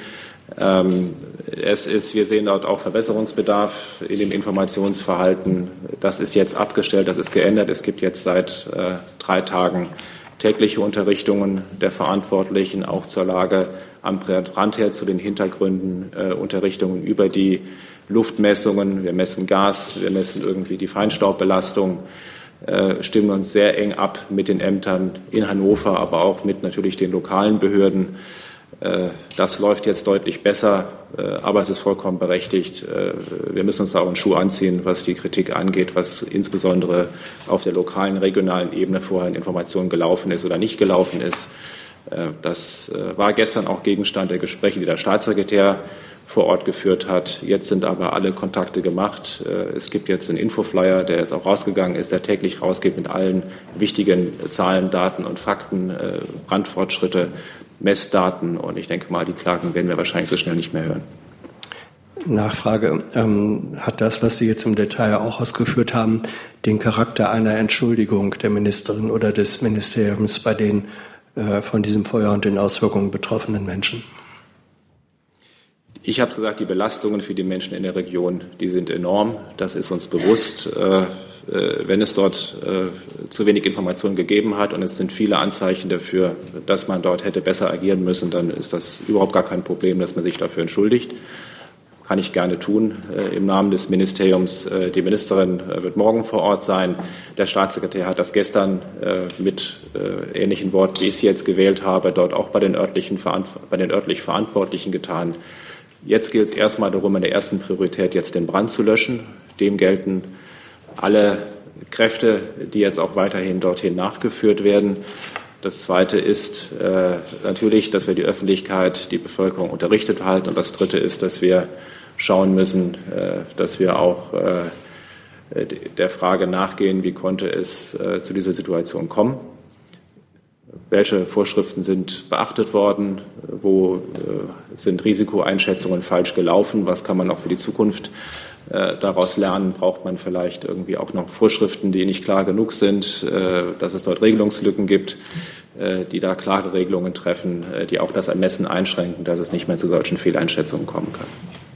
Wir sehen dort auch Verbesserungsbedarf in dem Informationsverhalten. Das ist jetzt abgestellt, das ist geändert. Es gibt jetzt seit 3 Tagen tägliche Unterrichtungen der Verantwortlichen, auch zur Lage am Brandherd, zu den Hintergründen, Unterrichtungen über die Luftmessungen. Wir messen Gas, wir messen irgendwie die Feinstaubbelastung, stimmen uns sehr eng ab mit den Ämtern in Hannover, aber auch mit natürlich den lokalen Behörden. Das läuft jetzt deutlich besser, aber es ist vollkommen berechtigt. Wir müssen uns da auch einen Schuh anziehen, was die Kritik angeht, was insbesondere auf der lokalen, regionalen Ebene vorher in Informationen gelaufen ist oder nicht gelaufen ist. Das war gestern auch Gegenstand der Gespräche, die der Staatssekretär vor Ort geführt hat. Jetzt sind aber alle Kontakte gemacht. Es gibt jetzt einen Infoflyer, der jetzt auch rausgegangen ist, der täglich rausgeht mit allen wichtigen Zahlen, Daten und Fakten, Brandfortschritte, Messdaten. Und ich denke mal, die Klagen werden wir wahrscheinlich so schnell nicht mehr hören. Nachfrage. Hat das, was Sie jetzt im Detail auch ausgeführt haben, den Charakter einer Entschuldigung der Ministerin oder des Ministeriums bei den von diesem Feuer und den Auswirkungen betroffenen Menschen? Ich habe es gesagt, die Belastungen für die Menschen in der Region, die sind enorm. Das ist uns bewusst. Wenn es dort zu wenig Informationen gegeben hat und es sind viele Anzeichen dafür, dass man dort hätte besser agieren müssen, dann ist das überhaupt gar kein Problem, dass man sich dafür entschuldigt. Kann ich gerne tun im Namen des Ministeriums. Die Ministerin wird morgen vor Ort sein. Der Staatssekretär hat das gestern mit ähnlichen Worten, wie ich sie jetzt gewählt habe, dort auch bei den örtlich Verantwortlichen getan. Jetzt gilt es erstmal darum, in der ersten Priorität jetzt den Brand zu löschen. Dem gelten alle Kräfte, die jetzt auch weiterhin dorthin nachgeführt werden. Das Zweite ist natürlich, dass wir die Öffentlichkeit, die Bevölkerung unterrichtet halten. Und das Dritte ist, dass wir schauen müssen, dass wir auch der Frage nachgehen, wie konnte es zu dieser Situation kommen. Welche Vorschriften sind beachtet worden? Wo sind Risikoeinschätzungen falsch gelaufen? Was kann man auch für die Zukunft daraus lernen? Braucht man vielleicht irgendwie auch noch Vorschriften, die nicht klar genug sind, dass es dort Regelungslücken gibt, die da klare Regelungen treffen, die auch das Ermessen einschränken, dass es nicht mehr zu solchen Fehleinschätzungen kommen kann?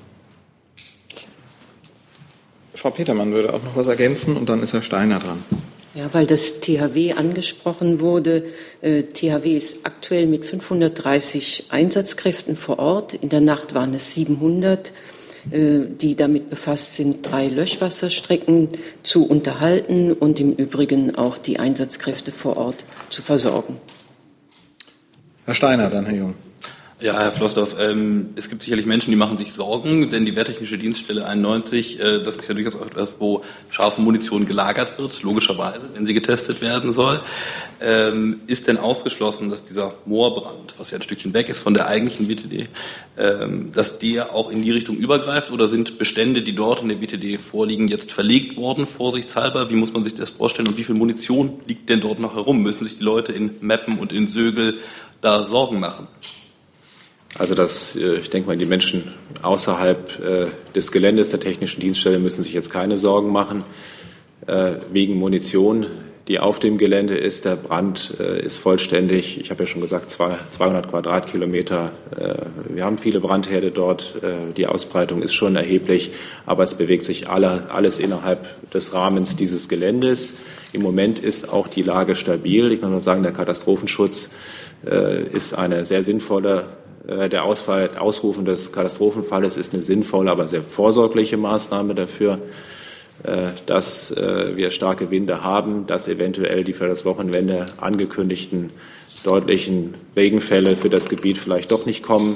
Frau Petermann würde auch noch was ergänzen und dann ist Herr Steiner dran. Ja, weil das THW angesprochen wurde. THW ist aktuell mit 530 Einsatzkräften vor Ort. In der Nacht waren es 700, die damit befasst sind, 3 Löschwasserstrecken zu unterhalten und im Übrigen auch die Einsatzkräfte vor Ort zu versorgen. Herr Steiner, dann Herr Jung. Ja, Herr Flossdorf, es gibt sicherlich Menschen, die machen sich Sorgen, denn die Wehrtechnische Dienststelle 91, das ist ja durchaus auch etwas, wo scharfe Munition gelagert wird, logischerweise, wenn sie getestet werden soll. Ist denn ausgeschlossen, dass dieser Moorbrand, was ja ein Stückchen weg ist von der eigentlichen WTD, dass der auch in die Richtung übergreift, oder sind Bestände, die dort in der WTD vorliegen, jetzt verlegt worden, vorsichtshalber? Wie muss man sich das vorstellen und wie viel Munition liegt denn dort noch herum? Müssen sich die Leute in Meppen und in Sögel da Sorgen machen? Also ich denke mal, die Menschen außerhalb des Geländes der Technischen Dienststelle müssen sich jetzt keine Sorgen machen wegen Munition, die auf dem Gelände ist. Der Brand ist vollständig. Ich habe ja schon gesagt, 200 Quadratkilometer. Wir haben viele Brandherde dort. Die Ausbreitung ist schon erheblich, aber es bewegt sich alles innerhalb des Rahmens dieses Geländes. Im Moment ist auch die Lage stabil. Ich kann nur sagen, der Katastrophenschutz ist eine sehr sinnvolle Der Ausrufen des Katastrophenfalles ist eine sinnvolle, aber sehr vorsorgliche Maßnahme dafür, dass wir starke Winde haben, dass eventuell die für das Wochenende angekündigten deutlichen Regenfälle für das Gebiet vielleicht doch nicht kommen.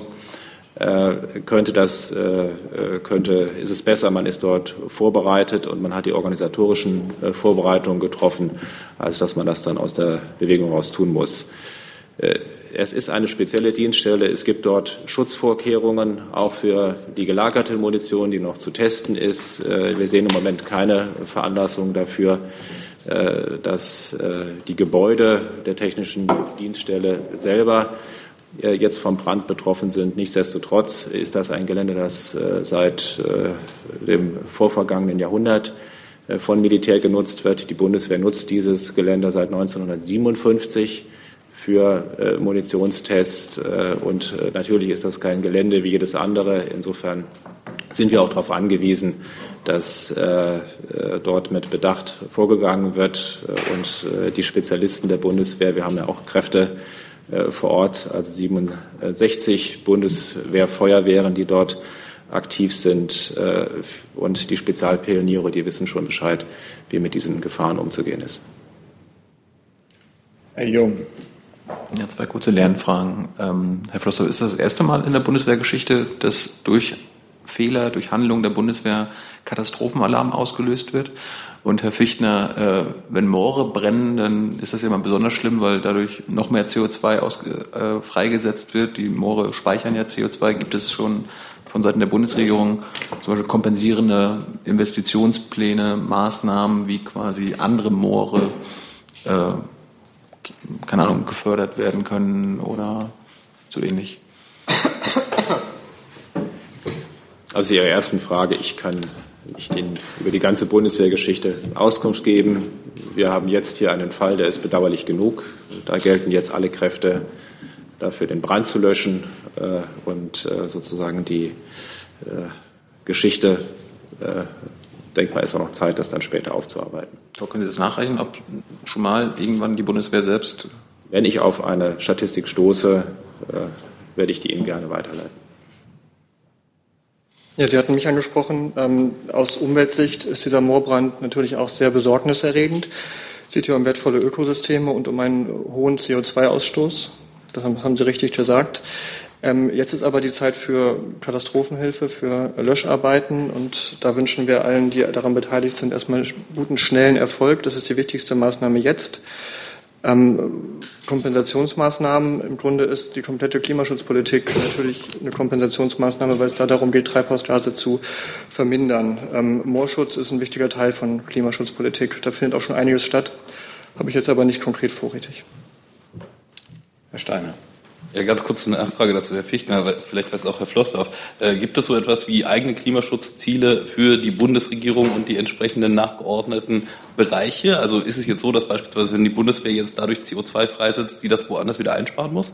Ist es besser, man ist dort vorbereitet und man hat die organisatorischen Vorbereitungen getroffen, als dass man das dann aus der Bewegung raus tun muss. Es ist eine spezielle Dienststelle. Es gibt dort Schutzvorkehrungen, auch für die gelagerte Munition, die noch zu testen ist. Wir sehen im Moment keine Veranlassung dafür, dass die Gebäude der Technischen Dienststelle selber jetzt vom Brand betroffen sind. Nichtsdestotrotz ist das ein Gelände, das seit dem vorvergangenen Jahrhundert von Militär genutzt wird. Die Bundeswehr nutzt dieses Gelände seit 1957 für Munitionstests. Und natürlich ist das kein Gelände wie jedes andere. Insofern sind wir auch darauf angewiesen, dass dort mit Bedacht vorgegangen wird und die Spezialisten der Bundeswehr, wir haben ja auch Kräfte vor Ort, also 67 Bundeswehrfeuerwehren, die dort aktiv sind, und die Spezialpioniere, die wissen schon Bescheid, wie mit diesen Gefahren umzugehen ist. Herr Jung. Ja, zwei kurze Lernfragen. Herr Flossdorf, ist das erste Mal in der Bundeswehrgeschichte, dass durch Fehler, durch Handlungen der Bundeswehr Katastrophenalarm ausgelöst wird? Und Herr Fichtner, wenn Moore brennen, dann ist das ja immer besonders schlimm, weil dadurch noch mehr CO2 freigesetzt wird. Die Moore speichern ja CO2. Gibt es schon von Seiten der Bundesregierung zum Beispiel kompensierende Investitionspläne, Maßnahmen, wie quasi andere Moore keine Ahnung, gefördert werden können oder so ähnlich? Also Ihre ersten Frage, ich kann nicht Ihnen über die ganze Bundeswehrgeschichte Auskunft geben. Wir haben jetzt hier einen Fall, der ist bedauerlich genug. Da gelten jetzt alle Kräfte dafür, den Brand zu löschen und sozusagen die Geschichte, denkbar ist auch noch Zeit, das dann später aufzuarbeiten. Können Sie das nachreichen, ob schon mal irgendwann die Bundeswehr selbst? Wenn ich auf eine Statistik stoße, werde ich die Ihnen gerne weiterleiten. Ja, Sie hatten mich angesprochen. Aus Umweltsicht ist dieser Moorbrand natürlich auch sehr besorgniserregend. Es geht hier um wertvolle Ökosysteme und um einen hohen CO2-Ausstoß. Das haben Sie richtig gesagt. Jetzt ist aber die Zeit für Katastrophenhilfe, für Löscharbeiten, und da wünschen wir allen, die daran beteiligt sind, erstmal guten, schnellen Erfolg. Das ist die wichtigste Maßnahme jetzt. Kompensationsmaßnahmen, im Grunde ist die komplette Klimaschutzpolitik natürlich eine Kompensationsmaßnahme, weil es da darum geht, Treibhausgase zu vermindern. Moorschutz ist ein wichtiger Teil von Klimaschutzpolitik. Da findet auch schon einiges statt, habe ich jetzt aber nicht konkret vorrätig. Herr Steiner. Ja, ganz kurz eine Nachfrage dazu, Herr Fichtner, vielleicht weiß auch Herr Flossdorf. Gibt es so etwas wie eigene Klimaschutzziele für die Bundesregierung und die entsprechenden nachgeordneten Bereiche? Also ist es jetzt so, dass beispielsweise, wenn die Bundeswehr jetzt dadurch CO2 freisetzt, sie das woanders wieder einsparen muss?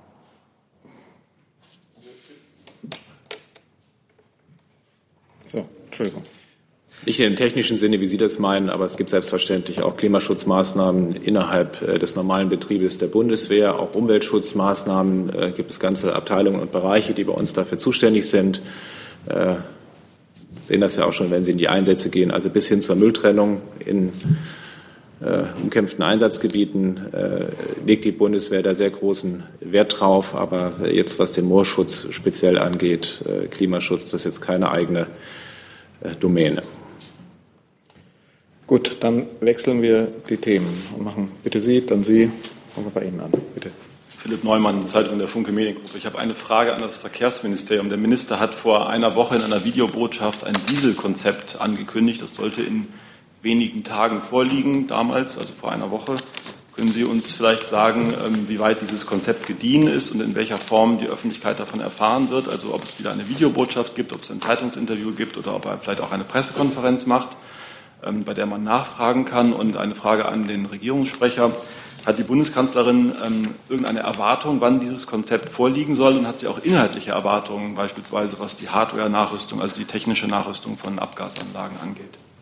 So, Entschuldigung. Nicht in dem technischen Sinne, wie Sie das meinen, aber es gibt selbstverständlich auch Klimaschutzmaßnahmen innerhalb des normalen Betriebes der Bundeswehr, auch Umweltschutzmaßnahmen. Gibt es ganze Abteilungen und Bereiche, die bei uns dafür zuständig sind. Sehen das ja auch schon, wenn Sie in die Einsätze gehen, also bis hin zur Mülltrennung in umkämpften Einsatzgebieten legt die Bundeswehr da sehr großen Wert drauf. Aber jetzt, was den Moorschutz speziell angeht, Klimaschutz, ist das jetzt keine eigene Domäne. Gut, dann wechseln wir die Themen und machen bitte Sie, dann Sie. Fangen wir bei Ihnen an, bitte. Philipp Neumann, Zeitung der Funke Mediengruppe. Ich habe eine Frage an das Verkehrsministerium. Der Minister hat vor einer Woche in einer Videobotschaft ein Dieselkonzept angekündigt. Das sollte in wenigen Tagen vorliegen, damals, also vor einer Woche. Können Sie uns vielleicht sagen, wie weit dieses Konzept gediehen ist und in welcher Form die Öffentlichkeit davon erfahren wird? Also ob es wieder eine Videobotschaft gibt, ob es ein Zeitungsinterview gibt oder ob er vielleicht auch eine Pressekonferenz macht, bei der man nachfragen kann. Und eine Frage an den Regierungssprecher. Hat die Bundeskanzlerin irgendeine Erwartung, wann dieses Konzept vorliegen soll? Und hat sie auch inhaltliche Erwartungen, beispielsweise was die Hardware-Nachrüstung, also die technische Nachrüstung von Abgasanlagen angeht?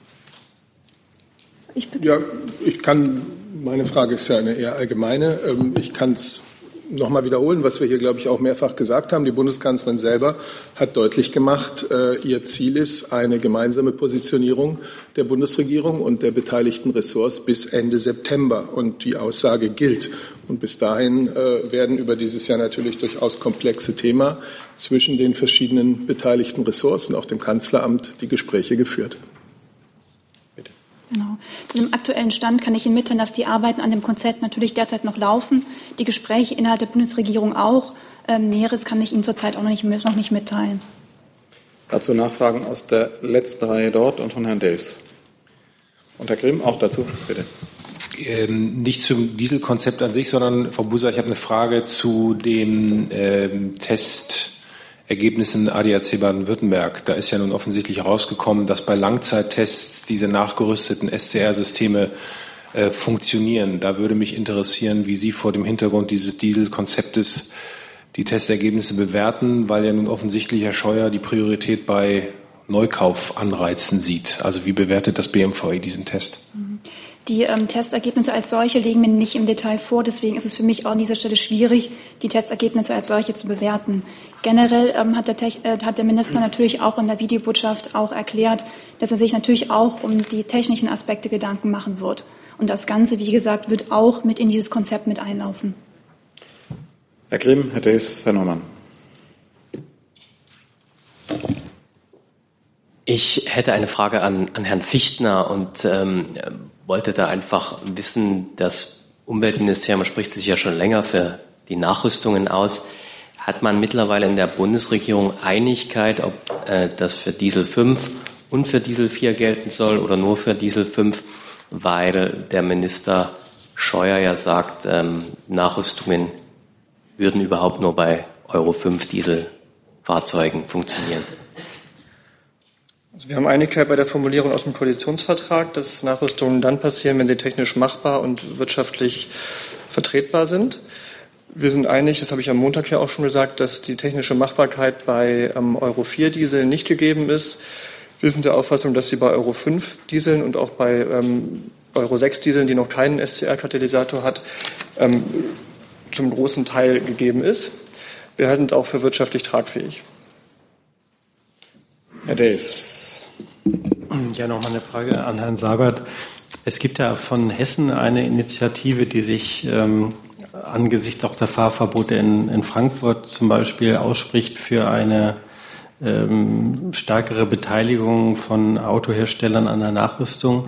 Ja, meine Frage ist ja eine eher allgemeine. Ich kann es noch mal wiederholen, was wir hier, glaube ich, auch mehrfach gesagt haben. Die Bundeskanzlerin selber hat deutlich gemacht, ihr Ziel ist eine gemeinsame Positionierung der Bundesregierung und der beteiligten Ressorts bis Ende September. Und die Aussage gilt. Und bis dahin werden über dieses ja natürlich durchaus komplexe Thema zwischen den verschiedenen beteiligten Ressorts und auch dem Kanzleramt die Gespräche geführt. Genau. Zu dem aktuellen Stand kann ich Ihnen mitteilen, dass die Arbeiten an dem Konzept natürlich derzeit noch laufen, die Gespräche innerhalb der Bundesregierung auch. Näheres kann ich Ihnen zurzeit auch noch nicht mitteilen. Dazu Nachfragen aus der letzten Reihe dort und von Herrn Delfs. Und Herr Grimm, auch dazu, bitte. Nicht zum Dieselkonzept an sich, sondern, Frau Buser, ich habe eine Frage zu den Testergebnissen ADAC Baden-Württemberg. Da ist ja nun offensichtlich herausgekommen, dass bei Langzeittests diese nachgerüsteten SCR-Systeme funktionieren. Da würde mich interessieren, wie Sie vor dem Hintergrund dieses Dieselkonzeptes die Testergebnisse bewerten, weil ja nun offensichtlich Herr Scheuer die Priorität bei Neukaufanreizen sieht. Also wie bewertet das BMVI diesen Test? Die Testergebnisse als solche liegen mir nicht im Detail vor. Deswegen ist es für mich auch an dieser Stelle schwierig, die Testergebnisse als solche zu bewerten. Generell hat der Minister natürlich auch in der Videobotschaft auch erklärt, dass er sich natürlich auch um die technischen Aspekte Gedanken machen wird. Und das Ganze, wie gesagt, wird auch mit in dieses Konzept mit einlaufen. Herr Grimm, Herr Davis, Herr Neumann. Ich hätte eine Frage an Herrn Fichtner und wollte da einfach wissen, das Umweltministerium spricht sich ja schon länger für die Nachrüstungen aus. Hat man mittlerweile in der Bundesregierung Einigkeit, ob das für Diesel 5 und für Diesel 4 gelten soll oder nur für Diesel 5, weil der Minister Scheuer ja sagt, Nachrüstungen würden überhaupt nur bei Euro 5 Dieselfahrzeugen funktionieren? Also wir haben Einigkeit bei der Formulierung aus dem Koalitionsvertrag, dass Nachrüstungen dann passieren, wenn sie technisch machbar und wirtschaftlich vertretbar sind. Wir sind einig, das habe ich am Montag ja auch schon gesagt, dass die technische Machbarkeit bei Euro 4 Diesel nicht gegeben ist. Wir sind der Auffassung, dass sie bei Euro 5 Dieseln und auch bei Euro 6 Dieseln, die noch keinen SCR-Katalysator hat, zum großen Teil gegeben ist. Wir halten es auch für wirtschaftlich tragfähig. Herr Davis. Ja, nochmal eine Frage an Herrn Seibert. Es gibt ja von Hessen eine Initiative, die sich angesichts auch der Fahrverbote in Frankfurt zum Beispiel ausspricht für eine stärkere Beteiligung von Autoherstellern an der Nachrüstung.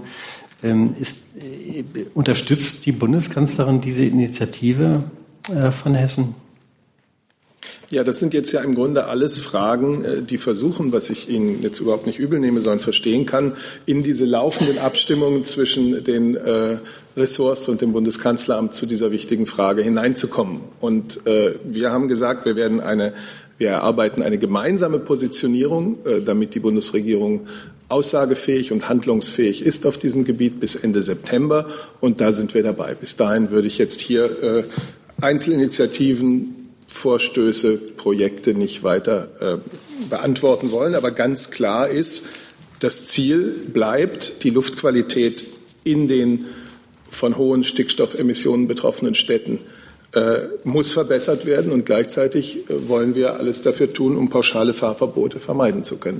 Unterstützt die Bundeskanzlerin diese Initiative von Hessen? Ja, das sind jetzt ja im Grunde alles Fragen, die versuchen, was ich Ihnen jetzt überhaupt nicht übel nehme, sondern verstehen kann, in diese laufenden Abstimmungen zwischen den Ressorts und dem Bundeskanzleramt zu dieser wichtigen Frage hineinzukommen. Und wir haben gesagt, wir erarbeiten eine gemeinsame Positionierung, damit die Bundesregierung aussagefähig und handlungsfähig ist auf diesem Gebiet bis Ende September. Und da sind wir dabei. Bis dahin würde ich jetzt hier Einzelinitiativen, Vorstöße, Projekte nicht weiter beantworten wollen. Aber ganz klar ist, das Ziel bleibt, die Luftqualität in den von hohen Stickstoffemissionen betroffenen Städten muss verbessert werden. Und gleichzeitig wollen wir alles dafür tun, um pauschale Fahrverbote vermeiden zu können.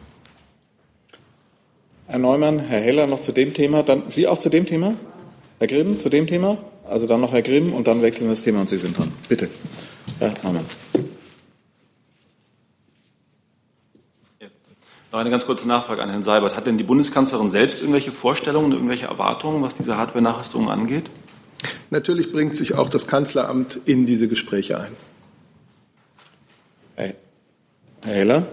Herr Neumann, Herr Heller noch zu dem Thema. Dann Sie auch zu dem Thema? Herr Grimm zu dem Thema? Also dann noch Herr Grimm und dann wechseln wir das Thema und Sie sind dran. Bitte. Herr Neumann. Noch eine ganz kurze Nachfrage an Herrn Seibert. Hat denn die Bundeskanzlerin selbst irgendwelche Vorstellungen, irgendwelche Erwartungen, was diese Hardware-Nachrüstung angeht? Natürlich bringt sich auch das Kanzleramt in diese Gespräche ein. Herr Heller?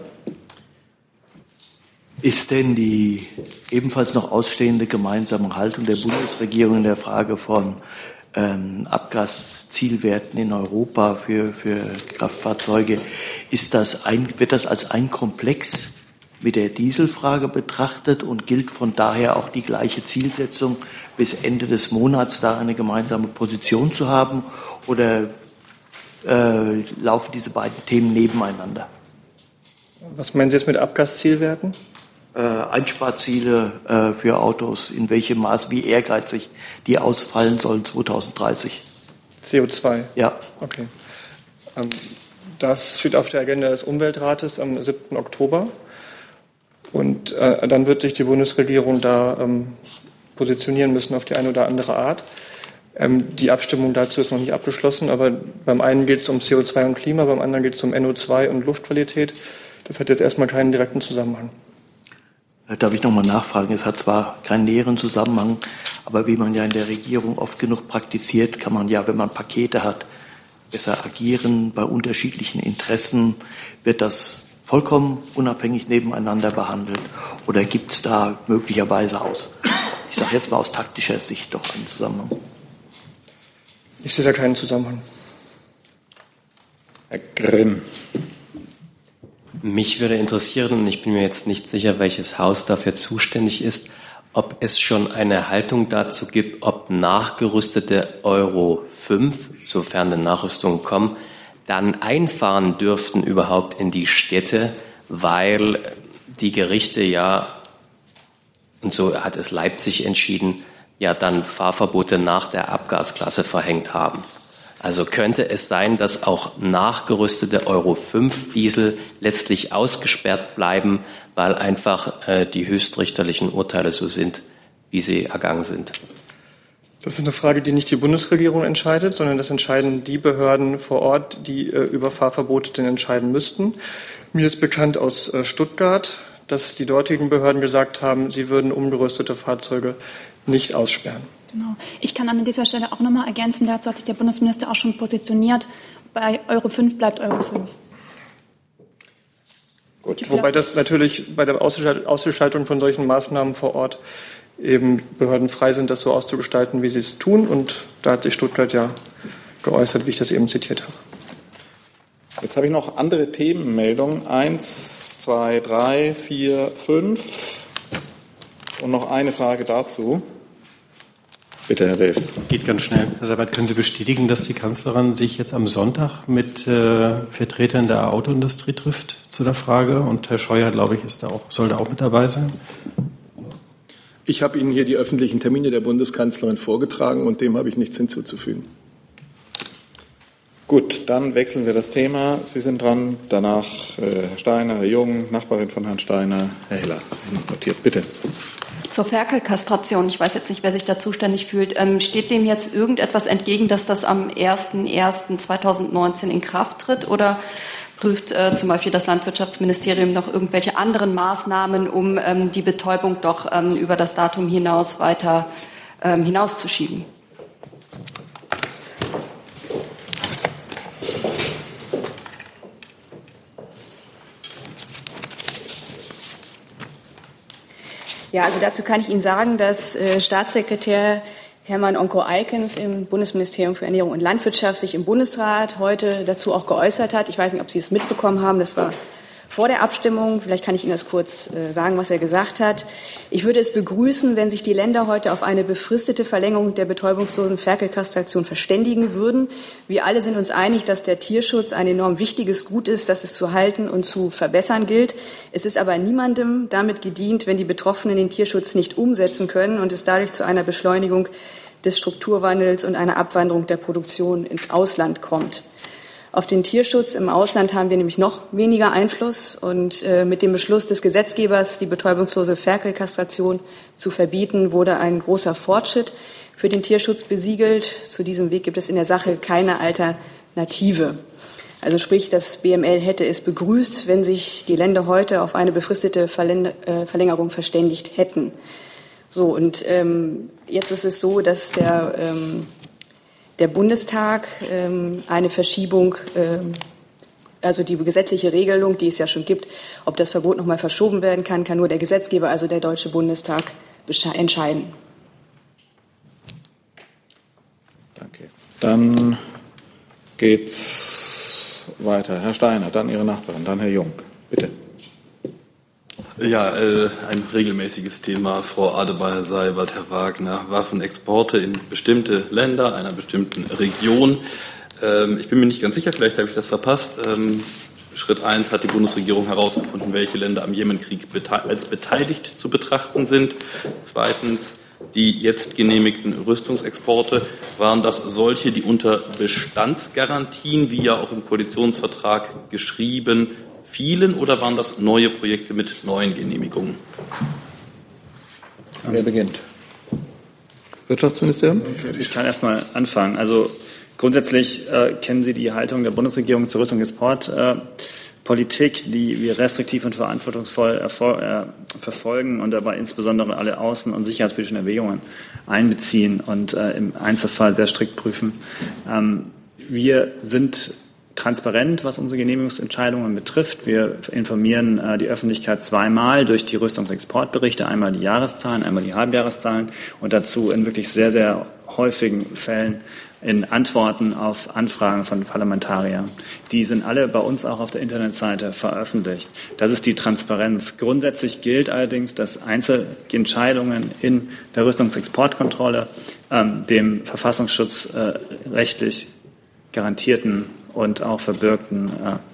Ist denn die ebenfalls noch ausstehende gemeinsame Haltung der Bundesregierung in der Frage von Abgaszielwerten in Europa für Kraftfahrzeuge, wird das als ein Komplex mit der Dieselfrage betrachtet und gilt von daher auch die gleiche Zielsetzung, bis Ende des Monats da eine gemeinsame Position zu haben, oder laufen diese beiden Themen nebeneinander? Was meinen Sie jetzt mit Abgaszielwerten? Einsparziele für Autos, in welchem Maß, wie ehrgeizig die ausfallen sollen 2030. CO2? Ja. Okay. Das steht auf der Agenda des Umweltrates am 7. Oktober. Und dann wird sich die Bundesregierung da positionieren müssen auf die eine oder andere Art. Die Abstimmung dazu ist noch nicht abgeschlossen, aber beim einen geht es um CO2 und Klima, beim anderen geht es um NO2 und Luftqualität. Das hat jetzt erstmal keinen direkten Zusammenhang. Darf ich noch mal nachfragen? Es hat zwar keinen näheren Zusammenhang, aber wie man ja in der Regierung oft genug praktiziert, kann man ja, wenn man Pakete hat, besser agieren bei unterschiedlichen Interessen. Wird das vollkommen unabhängig nebeneinander behandelt oder gibt es da möglicherweise ich sage jetzt mal aus taktischer Sicht doch einen Zusammenhang? Ich sehe da keinen Zusammenhang. Herr Grimm. Mich würde interessieren, und ich bin mir jetzt nicht sicher, welches Haus dafür zuständig ist, ob es schon eine Haltung dazu gibt, ob nachgerüstete Euro 5, sofern denn Nachrüstungen kommen, dann einfahren dürften überhaupt in die Städte, weil die Gerichte ja, und so hat es Leipzig entschieden, ja dann Fahrverbote nach der Abgasklasse verhängt haben. Also könnte es sein, dass auch nachgerüstete Euro 5 Diesel letztlich ausgesperrt bleiben, weil einfach die höchstrichterlichen Urteile so sind, wie sie ergangen sind? Das ist eine Frage, die nicht die Bundesregierung entscheidet, sondern das entscheiden die Behörden vor Ort, die über Fahrverbote denn entscheiden müssten. Mir ist bekannt aus Stuttgart, dass die dortigen Behörden gesagt haben, sie würden umgerüstete Fahrzeuge nicht aussperren. Genau. Ich kann an dieser Stelle auch nochmal ergänzen, dazu hat sich der Bundesminister auch schon positioniert. Bei Euro 5 bleibt Euro 5. Gut. Wobei das natürlich bei der Ausgestaltung von solchen Maßnahmen vor Ort eben Behörden frei sind, das so auszugestalten, wie sie es tun. Und da hat sich Stuttgart ja geäußert, wie ich das eben zitiert habe. Jetzt habe ich noch andere Themenmeldungen. 1, 2, 3, 4, 5 und noch eine Frage dazu. Bitte, Herr Delfs. Geht ganz schnell. Herr Seibert, können Sie bestätigen, dass die Kanzlerin sich jetzt am Sonntag mit Vertretern der Autoindustrie trifft zu der Frage? Und Herr Scheuer, glaube ich, soll da auch mit dabei sein? Ich habe Ihnen hier die öffentlichen Termine der Bundeskanzlerin vorgetragen und dem habe ich nichts hinzuzufügen. Gut, dann wechseln wir das Thema. Sie sind dran. Danach Herr Steiner, Herr Jung, Nachbarin von Herrn Steiner, Herr Heller. Notiert, bitte. Zur Ferkelkastration, ich weiß jetzt nicht, wer sich da zuständig fühlt, steht dem jetzt irgendetwas entgegen, dass das am 01.01.2019 in Kraft tritt, oder prüft zum Beispiel das Landwirtschaftsministerium noch irgendwelche anderen Maßnahmen, um die Betäubung doch über das Datum hinaus weiter hinauszuschieben? Ja, also dazu kann ich Ihnen sagen, dass Staatssekretär Hermann Onko-Eikens im Bundesministerium für Ernährung und Landwirtschaft sich im Bundesrat heute dazu auch geäußert hat. Ich weiß nicht, ob Sie es mitbekommen haben. Das war vor der Abstimmung. Vielleicht kann ich Ihnen das kurz sagen, was er gesagt hat. Ich würde es begrüßen, wenn sich die Länder heute auf eine befristete Verlängerung der betäubungslosen Ferkelkastration verständigen würden. Wir alle sind uns einig, dass der Tierschutz ein enorm wichtiges Gut ist, das es zu halten und zu verbessern gilt. Es ist aber niemandem damit gedient, wenn die Betroffenen den Tierschutz nicht umsetzen können und es dadurch zu einer Beschleunigung des Strukturwandels und einer Abwanderung der Produktion ins Ausland kommt. Auf den Tierschutz im Ausland haben wir nämlich noch weniger Einfluss. Und mit dem Beschluss des Gesetzgebers, die betäubungslose Ferkelkastration zu verbieten, wurde ein großer Fortschritt für den Tierschutz besiegelt. Zu diesem Weg gibt es in der Sache keine Alternative. Also sprich, das BML hätte es begrüßt, wenn sich die Länder heute auf eine befristete Verlängerung verständigt hätten. So, und jetzt ist es so, dass der Bundestag eine Verschiebung, also die gesetzliche Regelung, die es ja schon gibt, ob das Verbot noch mal verschoben werden kann, kann nur der Gesetzgeber, also der Deutsche Bundestag, entscheiden. Danke. Dann geht's weiter. Herr Steiner, dann Ihre Nachbarin, dann Herr Jung. Bitte. Ja, ein regelmäßiges Thema, Frau Adebar, Herr Seibert, Herr Wagner, Waffenexporte in bestimmte Länder, einer bestimmten Region. Ich bin mir nicht ganz sicher, vielleicht habe ich das verpasst. Schritt 1 hat die Bundesregierung herausgefunden, welche Länder am Jemenkrieg als beteiligt zu betrachten sind. Zweitens, die jetzt genehmigten Rüstungsexporte, waren das solche, die unter Bestandsgarantien, wie ja auch im Koalitionsvertrag geschrieben, fielen, oder waren das neue Projekte mit neuen Genehmigungen? Wer beginnt? Wirtschaftsministerium? Ich kann erst mal anfangen. Also grundsätzlich kennen Sie die Haltung der Bundesregierung zur Rüstung und Exportpolitik, die wir restriktiv und verantwortungsvoll verfolgen und dabei insbesondere alle außen- und sicherheitspolitischen Erwägungen einbeziehen und im Einzelfall sehr strikt prüfen. Wir sind transparent, was unsere Genehmigungsentscheidungen betrifft. Wir informieren die Öffentlichkeit zweimal durch die Rüstungsexportberichte, einmal die Jahreszahlen, einmal die Halbjahreszahlen und dazu in wirklich sehr, sehr häufigen Fällen in Antworten auf Anfragen von Parlamentariern. Die sind alle bei uns auch auf der Internetseite veröffentlicht. Das ist die Transparenz. Grundsätzlich gilt allerdings, dass Einzelentscheidungen in der Rüstungsexportkontrolle dem Verfassungsschutz rechtlich garantierten und auch verbürgten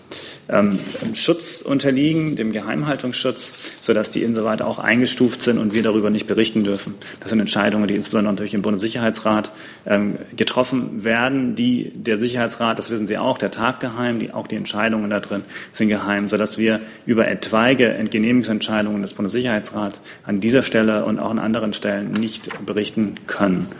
Schutz unterliegen, dem Geheimhaltungsschutz, sodass die insoweit auch eingestuft sind und wir darüber nicht berichten dürfen. Das sind Entscheidungen, die insbesondere durch den Bundessicherheitsrat getroffen werden. Der Sicherheitsrat, das wissen Sie auch, der Tag geheim, auch die Entscheidungen da drin sind geheim, sodass wir über etwaige Genehmigungsentscheidungen des Bundessicherheitsrats an dieser Stelle und auch an anderen Stellen nicht berichten können.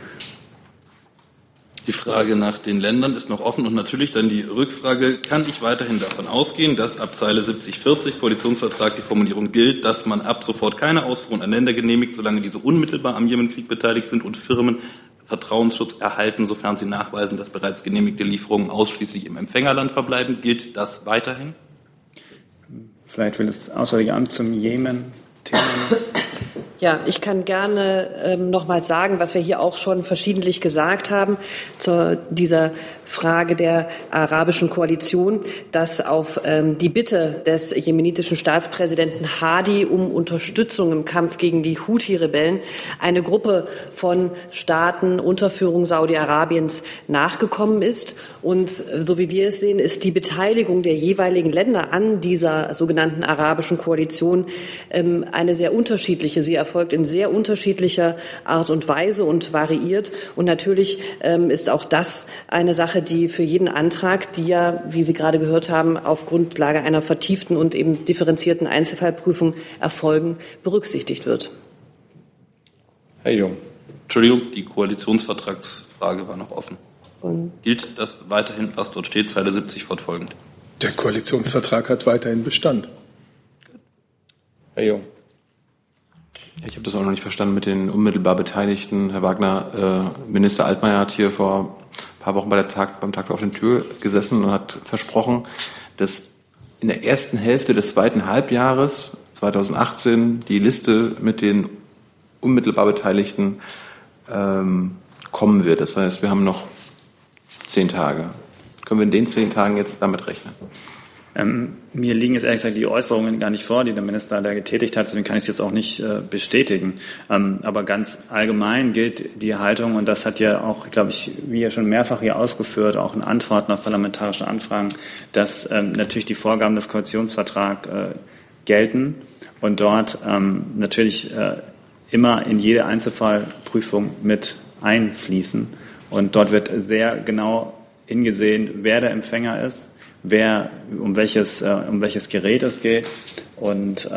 Die Frage nach den Ländern ist noch offen und natürlich dann die Rückfrage, kann ich weiterhin davon ausgehen, dass ab Zeile 7040 Koalitionsvertrag die Formulierung gilt, dass man ab sofort keine Ausfuhren an Länder genehmigt, solange diese unmittelbar am Jemenkrieg beteiligt sind und Firmen Vertrauensschutz erhalten, sofern sie nachweisen, dass bereits genehmigte Lieferungen ausschließlich im Empfängerland verbleiben. Gilt das weiterhin? Vielleicht will das Auswärtige Amt zum Jemen-Thema. Ja, ich kann gerne noch mal sagen, was wir hier auch schon verschiedentlich gesagt haben zu dieser Frage der arabischen Koalition, dass auf die Bitte des jemenitischen Staatspräsidenten Hadi um Unterstützung im Kampf gegen die Houthi-Rebellen eine Gruppe von Staaten unter Führung Saudi-Arabiens nachgekommen ist. Und so wie wir es sehen, ist die Beteiligung der jeweiligen Länder an dieser sogenannten arabischen Koalition eine sehr unterschiedliche. Sie erfolgt in sehr unterschiedlicher Art und Weise und variiert. Und natürlich ist auch das eine Sache, die für jeden Antrag, die ja, wie Sie gerade gehört haben, auf Grundlage einer vertieften und eben differenzierten Einzelfallprüfung erfolgen, berücksichtigt wird. Herr Jung. Entschuldigung, die Koalitionsvertragsfrage war noch offen. Gilt das weiterhin, was dort steht, Zeile 70 fortfolgend? Der Koalitionsvertrag hat weiterhin Bestand. Herr Jung. Ich habe das auch noch nicht verstanden mit den unmittelbar Beteiligten. Herr Wagner, Minister Altmaier hat hier vor ein paar Wochen beim Tag der offenen Tür gesessen und hat versprochen, dass in der ersten Hälfte des zweiten Halbjahres 2018 die Liste mit den unmittelbar Beteiligten kommen wird. Das heißt, wir haben noch 10 Tage. Können wir in den 10 Tagen jetzt damit rechnen? Mir liegen jetzt ehrlich gesagt die Äußerungen gar nicht vor, die der Minister da getätigt hat, deswegen kann ich es jetzt auch nicht bestätigen. Aber ganz allgemein gilt die Haltung, und das hat ja auch, glaube ich, wie ja schon mehrfach hier ausgeführt, auch in Antworten auf parlamentarische Anfragen, dass natürlich die Vorgaben des Koalitionsvertrags gelten und dort natürlich immer in jede Einzelfallprüfung mit einfließen. Und dort wird sehr genau hingesehen, wer der Empfänger ist, um welches Gerät es geht. Und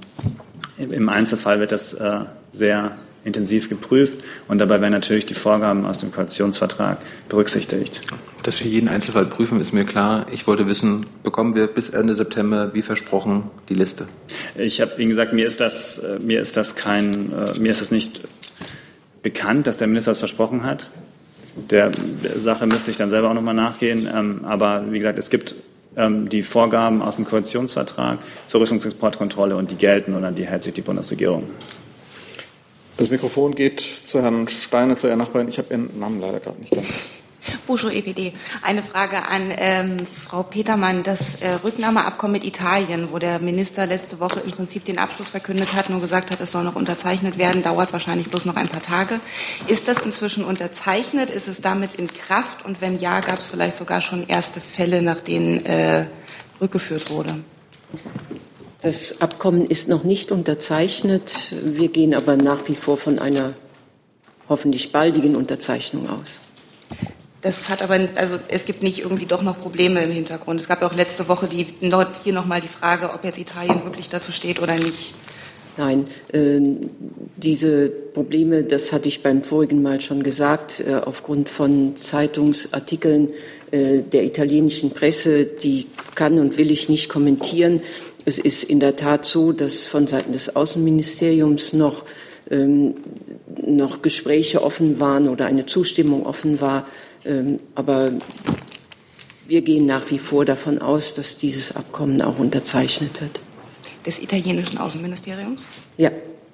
im Einzelfall wird das sehr intensiv geprüft. Und dabei werden natürlich die Vorgaben aus dem Koalitionsvertrag berücksichtigt. Dass wir jeden Einzelfall prüfen, ist mir klar. Ich wollte wissen, bekommen wir bis Ende September, wie versprochen, die Liste? Ich habe Ihnen gesagt, mir ist das nicht bekannt, dass der Minister das versprochen hat. Der Sache müsste ich dann selber auch nochmal nachgehen. Aber wie gesagt, es gibt die Vorgaben aus dem Koalitionsvertrag zur Rüstungsexportkontrolle und die gelten und an die hält sich die Bundesregierung. Das Mikrofon geht zu Herrn Steiner, zu Ihrer Nachbarin. Ich habe Ihren Namen leider gerade nicht da. Buschow, EPD. Eine Frage an Frau Petermann. Das Rücknahmeabkommen mit Italien, wo der Minister letzte Woche im Prinzip den Abschluss verkündet hat, nur gesagt hat, es soll noch unterzeichnet werden, dauert wahrscheinlich bloß noch ein paar Tage. Ist das inzwischen unterzeichnet? Ist es damit in Kraft? Und wenn ja, gab es vielleicht sogar schon erste Fälle, nach denen rückgeführt wurde? Das Abkommen ist noch nicht unterzeichnet. Wir gehen aber nach wie vor von einer hoffentlich baldigen Unterzeichnung aus. Das hat aber, also es gibt nicht irgendwie doch noch Probleme im Hintergrund. Es gab ja auch letzte Woche hier nochmal die Frage, ob jetzt Italien wirklich dazu steht oder nicht. Nein, diese Probleme, das hatte ich beim vorigen Mal schon gesagt, aufgrund von Zeitungsartikeln der italienischen Presse, die kann und will ich nicht kommentieren. Es ist in der Tat so, dass von Seiten des Außenministeriums noch Gespräche offen waren oder eine Zustimmung offen war. Aber wir gehen nach wie vor davon aus, dass dieses Abkommen auch unterzeichnet wird. Des italienischen Außenministeriums? Ja.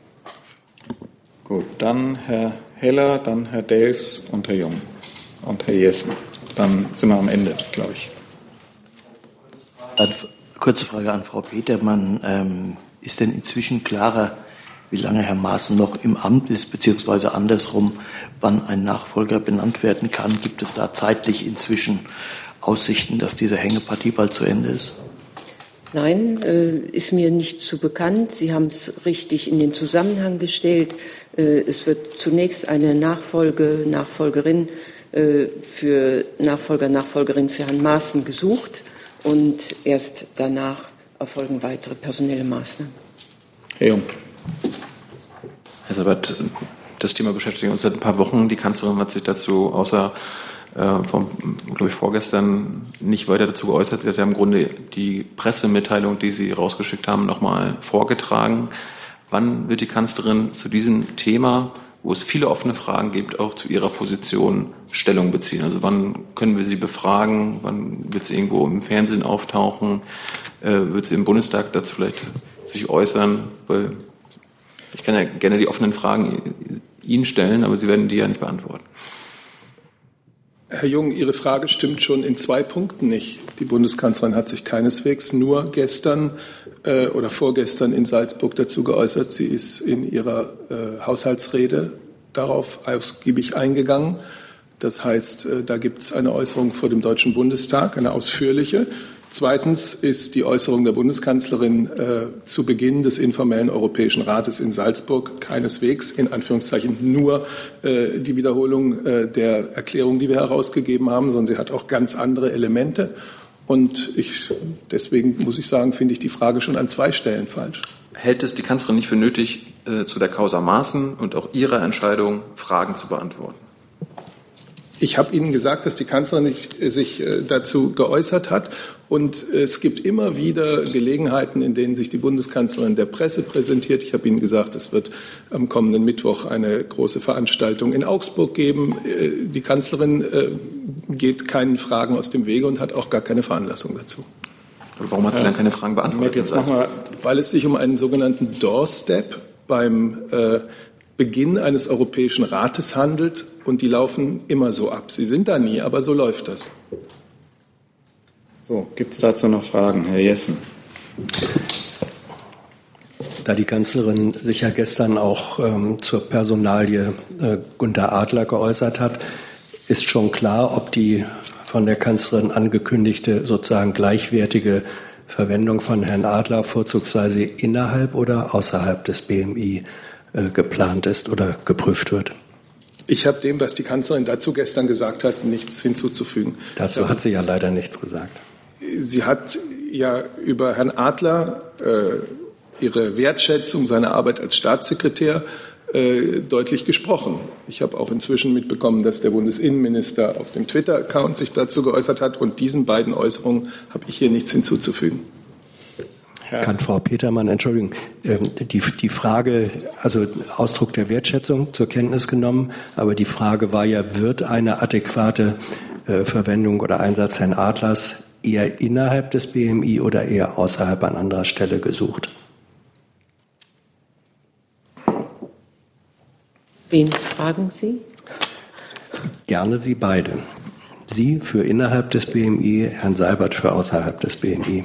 Gut, dann Herr Heller, dann Herr Delfs und Herr Jung und Herr Jessen. Dann sind wir am Ende, glaube ich. Kurze Frage an Frau Petermann. Ist denn inzwischen klarer, wie lange Herr Maaßen noch im Amt ist, beziehungsweise andersrum, wann ein Nachfolger benannt werden kann? Gibt es da zeitlich inzwischen Aussichten, dass diese Hängepartie bald zu Ende ist? Nein, ist mir nicht zu bekannt. Sie haben es richtig in den Zusammenhang gestellt. Es wird zunächst eine Nachfolgerin für Herrn Maaßen gesucht und erst danach erfolgen weitere personelle Maßnahmen. Herr Jung. Herr Seibert, das Thema beschäftigt uns seit ein paar Wochen. Die Kanzlerin hat sich dazu vorgestern nicht weiter dazu geäußert. Sie hat ja im Grunde die Pressemitteilung, die Sie rausgeschickt haben, nochmal vorgetragen. Wann wird die Kanzlerin zu diesem Thema, wo es viele offene Fragen gibt, auch zu ihrer Position Stellung beziehen? Also wann können wir sie befragen? Wann wird sie irgendwo im Fernsehen auftauchen? Wird sie im Bundestag dazu vielleicht sich äußern? Weil ich kann ja gerne die offenen Fragen Ihnen stellen, aber Sie werden die ja nicht beantworten. Herr Jung, Ihre Frage stimmt schon in 2 Punkten nicht. Die Bundeskanzlerin hat sich keineswegs nur gestern oder vorgestern in Salzburg dazu geäußert. Sie ist in ihrer Haushaltsrede darauf ausgiebig eingegangen. Das heißt, da gibt es eine Äußerung vor dem Deutschen Bundestag, eine ausführliche. Zweitens ist die Äußerung der Bundeskanzlerin zu Beginn des informellen Europäischen Rates in Salzburg keineswegs, in Anführungszeichen, nur die Wiederholung der Erklärung, die wir herausgegeben haben, sondern sie hat auch ganz andere Elemente. Und deswegen muss ich sagen, finde ich die Frage schon an 2 Stellen falsch. Hält es die Kanzlerin nicht für nötig, zu der Causa Maaßen und auch ihrer Entscheidung Fragen zu beantworten? Ich habe Ihnen gesagt, dass die Kanzlerin sich dazu geäußert hat. Und es gibt immer wieder Gelegenheiten, in denen sich die Bundeskanzlerin der Presse präsentiert. Ich habe Ihnen gesagt, es wird am kommenden Mittwoch eine große Veranstaltung in Augsburg geben. Die Kanzlerin geht keinen Fragen aus dem Wege und hat auch gar keine Veranlassung dazu. Aber warum hat sie dann keine Fragen beantwortet? Weil es sich um einen sogenannten Doorstep beim Beginn eines Europäischen Rates handelt und die laufen immer so ab. Sie sind da nie, aber so läuft das. So, gibt es dazu noch Fragen? Herr Jessen. Da die Kanzlerin sich ja gestern auch zur Personalie Günter Adler geäußert hat, ist schon klar, ob die von der Kanzlerin angekündigte sozusagen gleichwertige Verwendung von Herrn Adler vorzugsweise innerhalb oder außerhalb des BMI geplant ist oder geprüft wird. Ich habe dem, was die Kanzlerin dazu gestern gesagt hat, nichts hinzuzufügen. Dazu hat sie ja leider nichts gesagt. Sie hat ja über Herrn Adler ihre Wertschätzung seiner Arbeit als Staatssekretär deutlich gesprochen. Ich habe auch inzwischen mitbekommen, dass der Bundesinnenminister auf dem Twitter-Account sich dazu geäußert hat. Und diesen beiden Äußerungen habe ich hier nichts hinzuzufügen. Kann Frau Petermann, Entschuldigung, die Frage, also Ausdruck der Wertschätzung zur Kenntnis genommen, aber die Frage war ja, wird eine adäquate Verwendung oder Einsatz Herrn Adlers eher innerhalb des BMI oder eher außerhalb an anderer Stelle gesucht? Wen fragen Sie? Gerne Sie beide. Sie für innerhalb des BMI, Herrn Seibert für außerhalb des BMI.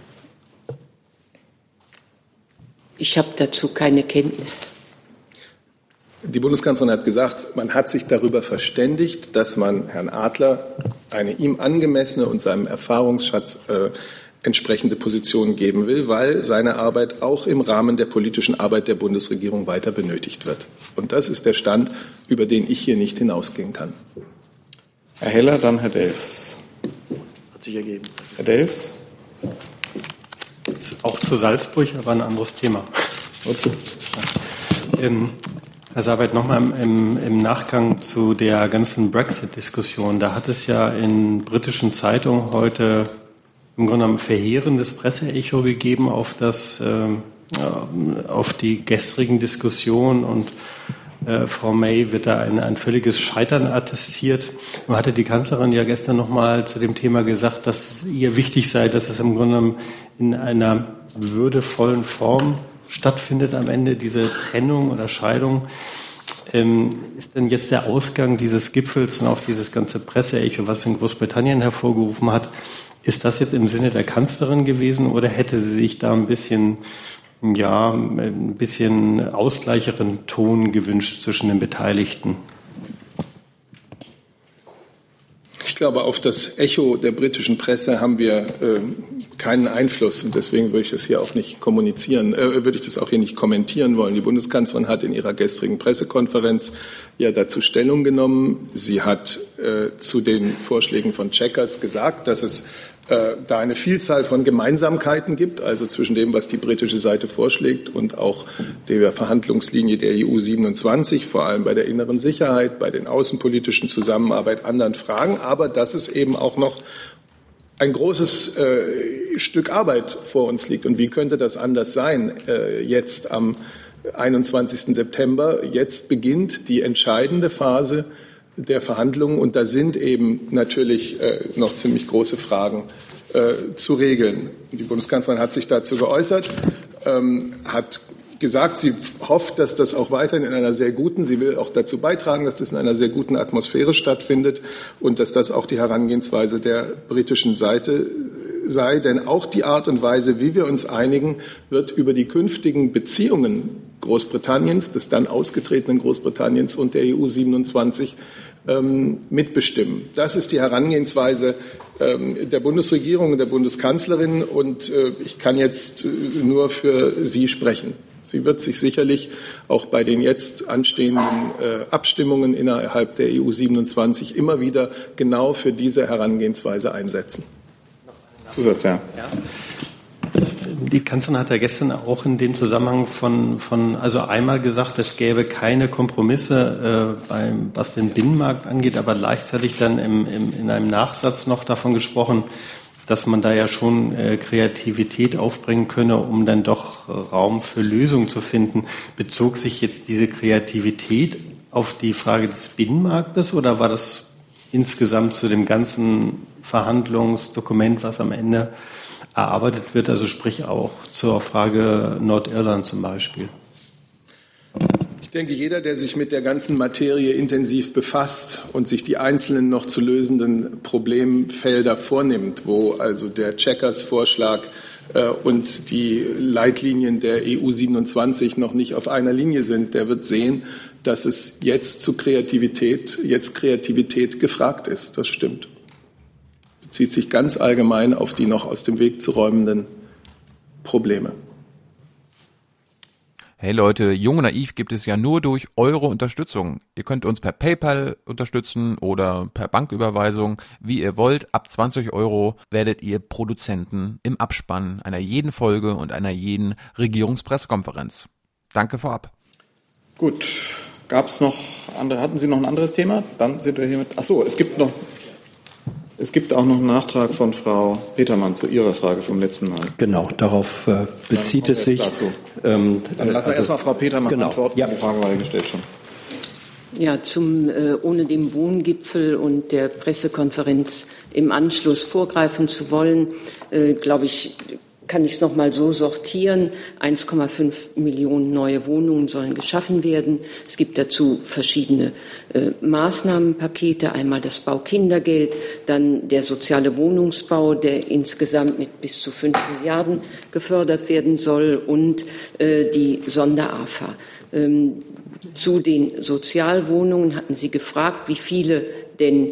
Ich habe dazu keine Kenntnis. Die Bundeskanzlerin hat gesagt, man hat sich darüber verständigt, dass man Herrn Adler eine ihm angemessene und seinem Erfahrungsschatz entsprechende Position geben will, weil seine Arbeit auch im Rahmen der politischen Arbeit der Bundesregierung weiter benötigt wird. Und das ist der Stand, über den ich hier nicht hinausgehen kann. Herr Heller, dann Herr Delfs. Hat sich ergeben. Herr Delfs. Auch zu Salzburg, aber ein anderes Thema. Wozu? Herr Seibert, nochmal im Nachgang zu der ganzen Brexit-Diskussion. Da hat es ja in britischen Zeitungen heute im Grunde genommen verheerendes Presseecho gegeben auf die gestrigen Diskussionen und Frau May wird da ein völliges Scheitern attestiert. Nun hatte die Kanzlerin ja gestern nochmal zu dem Thema gesagt, dass ihr wichtig sei, dass es im Grunde genommen in einer würdevollen Form stattfindet am Ende, diese Trennung oder Scheidung. Ist denn jetzt der Ausgang dieses Gipfels und auch dieses ganze Presseecho, was in Großbritannien hervorgerufen hat, ist das jetzt im Sinne der Kanzlerin gewesen oder hätte sie sich da ein bisschen ausgleicheren Ton gewünscht zwischen den Beteiligten? Ich glaube, auf das Echo der britischen Presse haben wir keinen Einfluss und deswegen würde ich das hier auch nicht würde ich das auch hier nicht kommentieren wollen. Die Bundeskanzlerin hat in ihrer gestrigen Pressekonferenz ja dazu Stellung genommen. Sie hat zu den Vorschlägen von Chequers gesagt, dass es da eine Vielzahl von Gemeinsamkeiten gibt, also zwischen dem, was die britische Seite vorschlägt und auch der Verhandlungslinie der EU 27, vor allem bei der inneren Sicherheit, bei den außenpolitischen Zusammenarbeit, anderen Fragen, aber dass es eben auch noch ein großes Stück Arbeit vor uns liegt. Und wie könnte das anders sein jetzt am 21. September? Jetzt beginnt die entscheidende Phase der Verhandlungen und da sind eben natürlich noch ziemlich große Fragen zu regeln. Die Bundeskanzlerin hat sich dazu geäußert, hat gesagt, sie hofft, dass das auch weiterhin in einer sehr guten, sie will auch dazu beitragen, dass das in einer sehr guten Atmosphäre stattfindet und dass das auch die Herangehensweise der britischen Seite sei. Denn auch die Art und Weise, wie wir uns einigen, wird über die künftigen Beziehungen Großbritanniens, des dann ausgetretenen Großbritanniens und der EU 27 mitbestimmen. Das ist die Herangehensweise der Bundesregierung und der Bundeskanzlerin und ich kann jetzt nur für sie sprechen. Sie wird sich sicherlich auch bei den jetzt anstehenden Abstimmungen innerhalb der EU 27 immer wieder genau für diese Herangehensweise einsetzen. Zusatz, ja. Die Kanzlerin hat ja gestern auch in dem Zusammenhang also einmal gesagt, es gäbe keine Kompromisse, was den Binnenmarkt angeht, aber gleichzeitig dann in einem Nachsatz noch davon gesprochen, dass man da ja schon Kreativität aufbringen könne, um dann doch Raum für Lösungen zu finden. Bezog sich jetzt diese Kreativität auf die Frage des Binnenmarktes oder war das insgesamt zu dem ganzen Verhandlungsdokument, was am Ende erarbeitet wird, also sprich auch zur Frage Nordirland zum Beispiel? Ich denke, jeder, der sich mit der ganzen Materie intensiv befasst und sich die einzelnen noch zu lösenden Problemfelder vornimmt, wo also der Chequers-Vorschlag und die Leitlinien der EU 27 noch nicht auf einer Linie sind, der wird sehen, dass es jetzt Kreativität gefragt ist. Das stimmt. Bezieht sich ganz allgemein auf die noch aus dem Weg zu räumenden Probleme. Hey Leute, Jung und Naiv gibt es ja nur durch eure Unterstützung. Ihr könnt uns per PayPal unterstützen oder per Banküberweisung, wie ihr wollt. Ab 20 € werdet ihr Produzenten im Abspann einer jeden Folge und einer jeden Regierungspressekonferenz. Danke vorab. Gut, hatten Sie noch ein anderes Thema? Dann sind wir hiermit. Achso, es gibt auch noch einen Nachtrag von Frau Petermann zu Ihrer Frage vom letzten Mal. Genau, darauf bezieht es sich. Dann lassen wir erstmal Frau Petermann antworten. Ja. Die Frage war ja gestellt schon. Ja, ohne dem Wohngipfel und der Pressekonferenz im Anschluss vorgreifen zu wollen, glaube ich, kann ich es noch mal so sortieren. 1,5 Millionen neue Wohnungen sollen geschaffen werden. Es gibt dazu verschiedene Maßnahmenpakete. Einmal das Baukindergeld, dann der soziale Wohnungsbau, der insgesamt mit bis zu 5 Milliarden gefördert werden soll und die Sonder-AFA. Zu den Sozialwohnungen hatten Sie gefragt, wie viele denn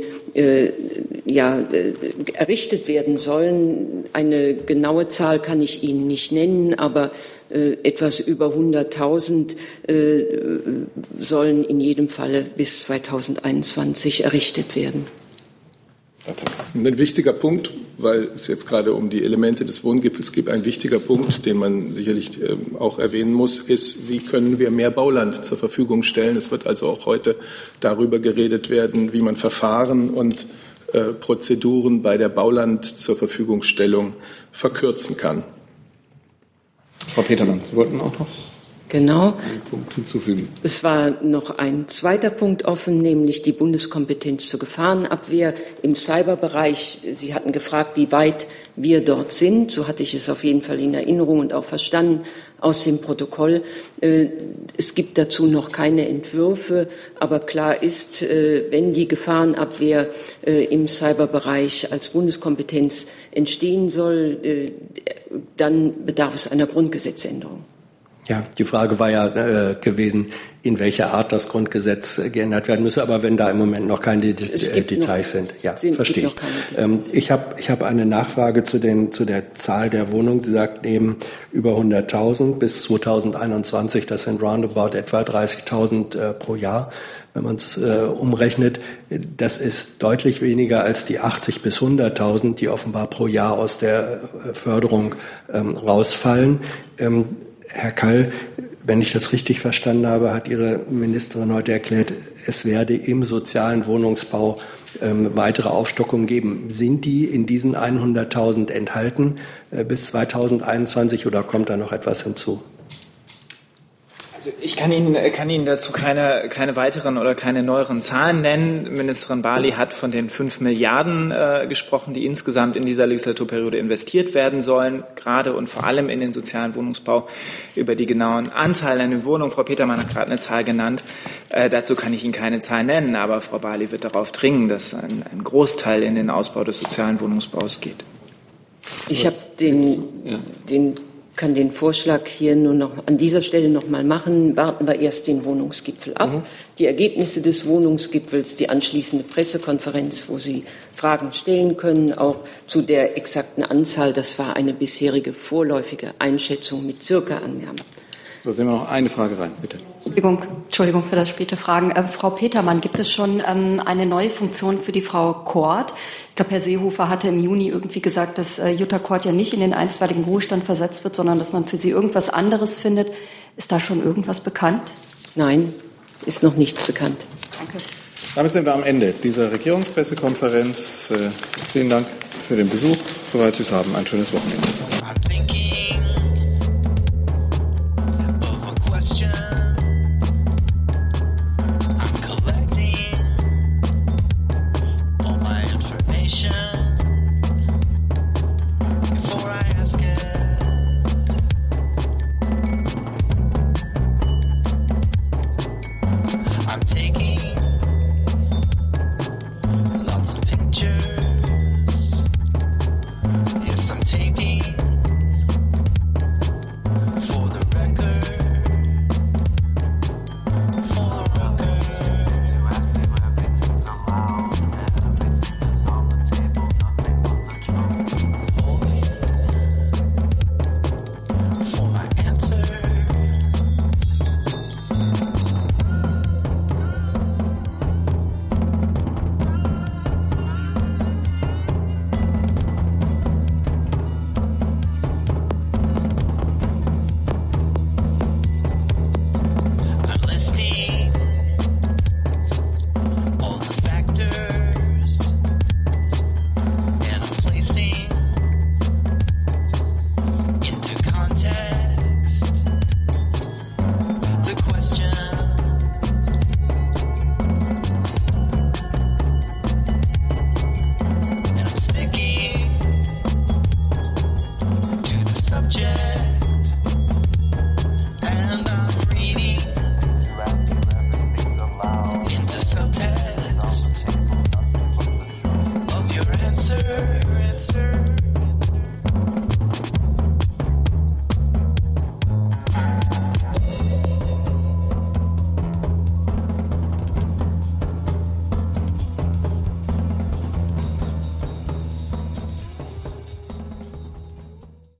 errichtet werden sollen. Eine genaue Zahl kann ich Ihnen nicht nennen, aber etwas über 100.000 sollen in jedem Falle bis 2021 errichtet werden. Ein wichtiger Punkt, weil es jetzt gerade um die Elemente des Wohngipfels geht, ein wichtiger Punkt, den man sicherlich auch erwähnen muss, ist, wie können wir mehr Bauland zur Verfügung stellen. Es wird also auch heute darüber geredet werden, wie man Verfahren und Prozeduren bei der Bauland zur Verfügungstellung verkürzen kann. Frau Petermann, Sie wollten auch noch? Genau. Einen Punkt hinzufügen. Es war noch ein zweiter Punkt offen, nämlich die Bundeskompetenz zur Gefahrenabwehr im Cyberbereich. Sie hatten gefragt, wie weit wir dort sind. So hatte ich es auf jeden Fall in Erinnerung und auch verstanden aus dem Protokoll. Es gibt dazu noch keine Entwürfe, aber klar ist, wenn die Gefahrenabwehr im Cyberbereich als Bundeskompetenz entstehen soll, dann bedarf es einer Grundgesetzänderung. Ja, die Frage war ja gewesen, in welcher Art das Grundgesetz geändert werden müsse, aber wenn da im Moment noch keine Details sind. Ja, verstehe ich. Ich hab eine Nachfrage zu der Zahl der Wohnungen. Sie sagten eben über 100.000 bis 2021, das sind roundabout etwa 30.000 pro Jahr. Wenn man es umrechnet, das ist deutlich weniger als die 80 bis 100.000, die offenbar pro Jahr aus der Förderung rausfallen. Herr Kall, wenn ich das richtig verstanden habe, hat Ihre Ministerin heute erklärt, es werde im sozialen Wohnungsbau weitere Aufstockungen geben. Sind die in diesen 100.000 enthalten bis 2021 oder kommt da noch etwas hinzu? Ich kann Ihnen dazu keine weiteren oder keine neueren Zahlen nennen. Ministerin Barley hat von den 5 Milliarden gesprochen, die insgesamt in dieser Legislaturperiode investiert werden sollen, gerade und vor allem in den sozialen Wohnungsbau. Über die genauen Anteile an den Wohnungen, Frau Petermann hat gerade eine Zahl genannt, dazu kann ich Ihnen keine Zahl nennen, aber Frau Barley wird darauf dringen, dass ein Großteil in den Ausbau des sozialen Wohnungsbaus geht. Ich habe kann den Vorschlag hier nur noch an dieser Stelle noch mal machen. Warten wir erst den Wohnungsgipfel ab. Die Ergebnisse des Wohnungsgipfels, die anschließende Pressekonferenz, wo Sie Fragen stellen können, auch zu der exakten Anzahl. Das war eine bisherige vorläufige Einschätzung mit circa Angaben. So, sehen wir noch eine Frage rein, bitte. Entschuldigung für das späte Fragen. Frau Petermann, gibt es schon eine neue Funktion für die Frau Kort? Ich glaube, Herr Seehofer hatte im Juni irgendwie gesagt, dass Jutta Kort ja nicht in den einstweiligen Ruhestand versetzt wird, sondern dass man für sie irgendwas anderes findet. Ist da schon irgendwas bekannt? Nein, ist noch nichts bekannt. Danke. Damit sind wir am Ende dieser Regierungspressekonferenz. Vielen Dank für den Besuch. Soweit Sie es haben, ein schönes Wochenende.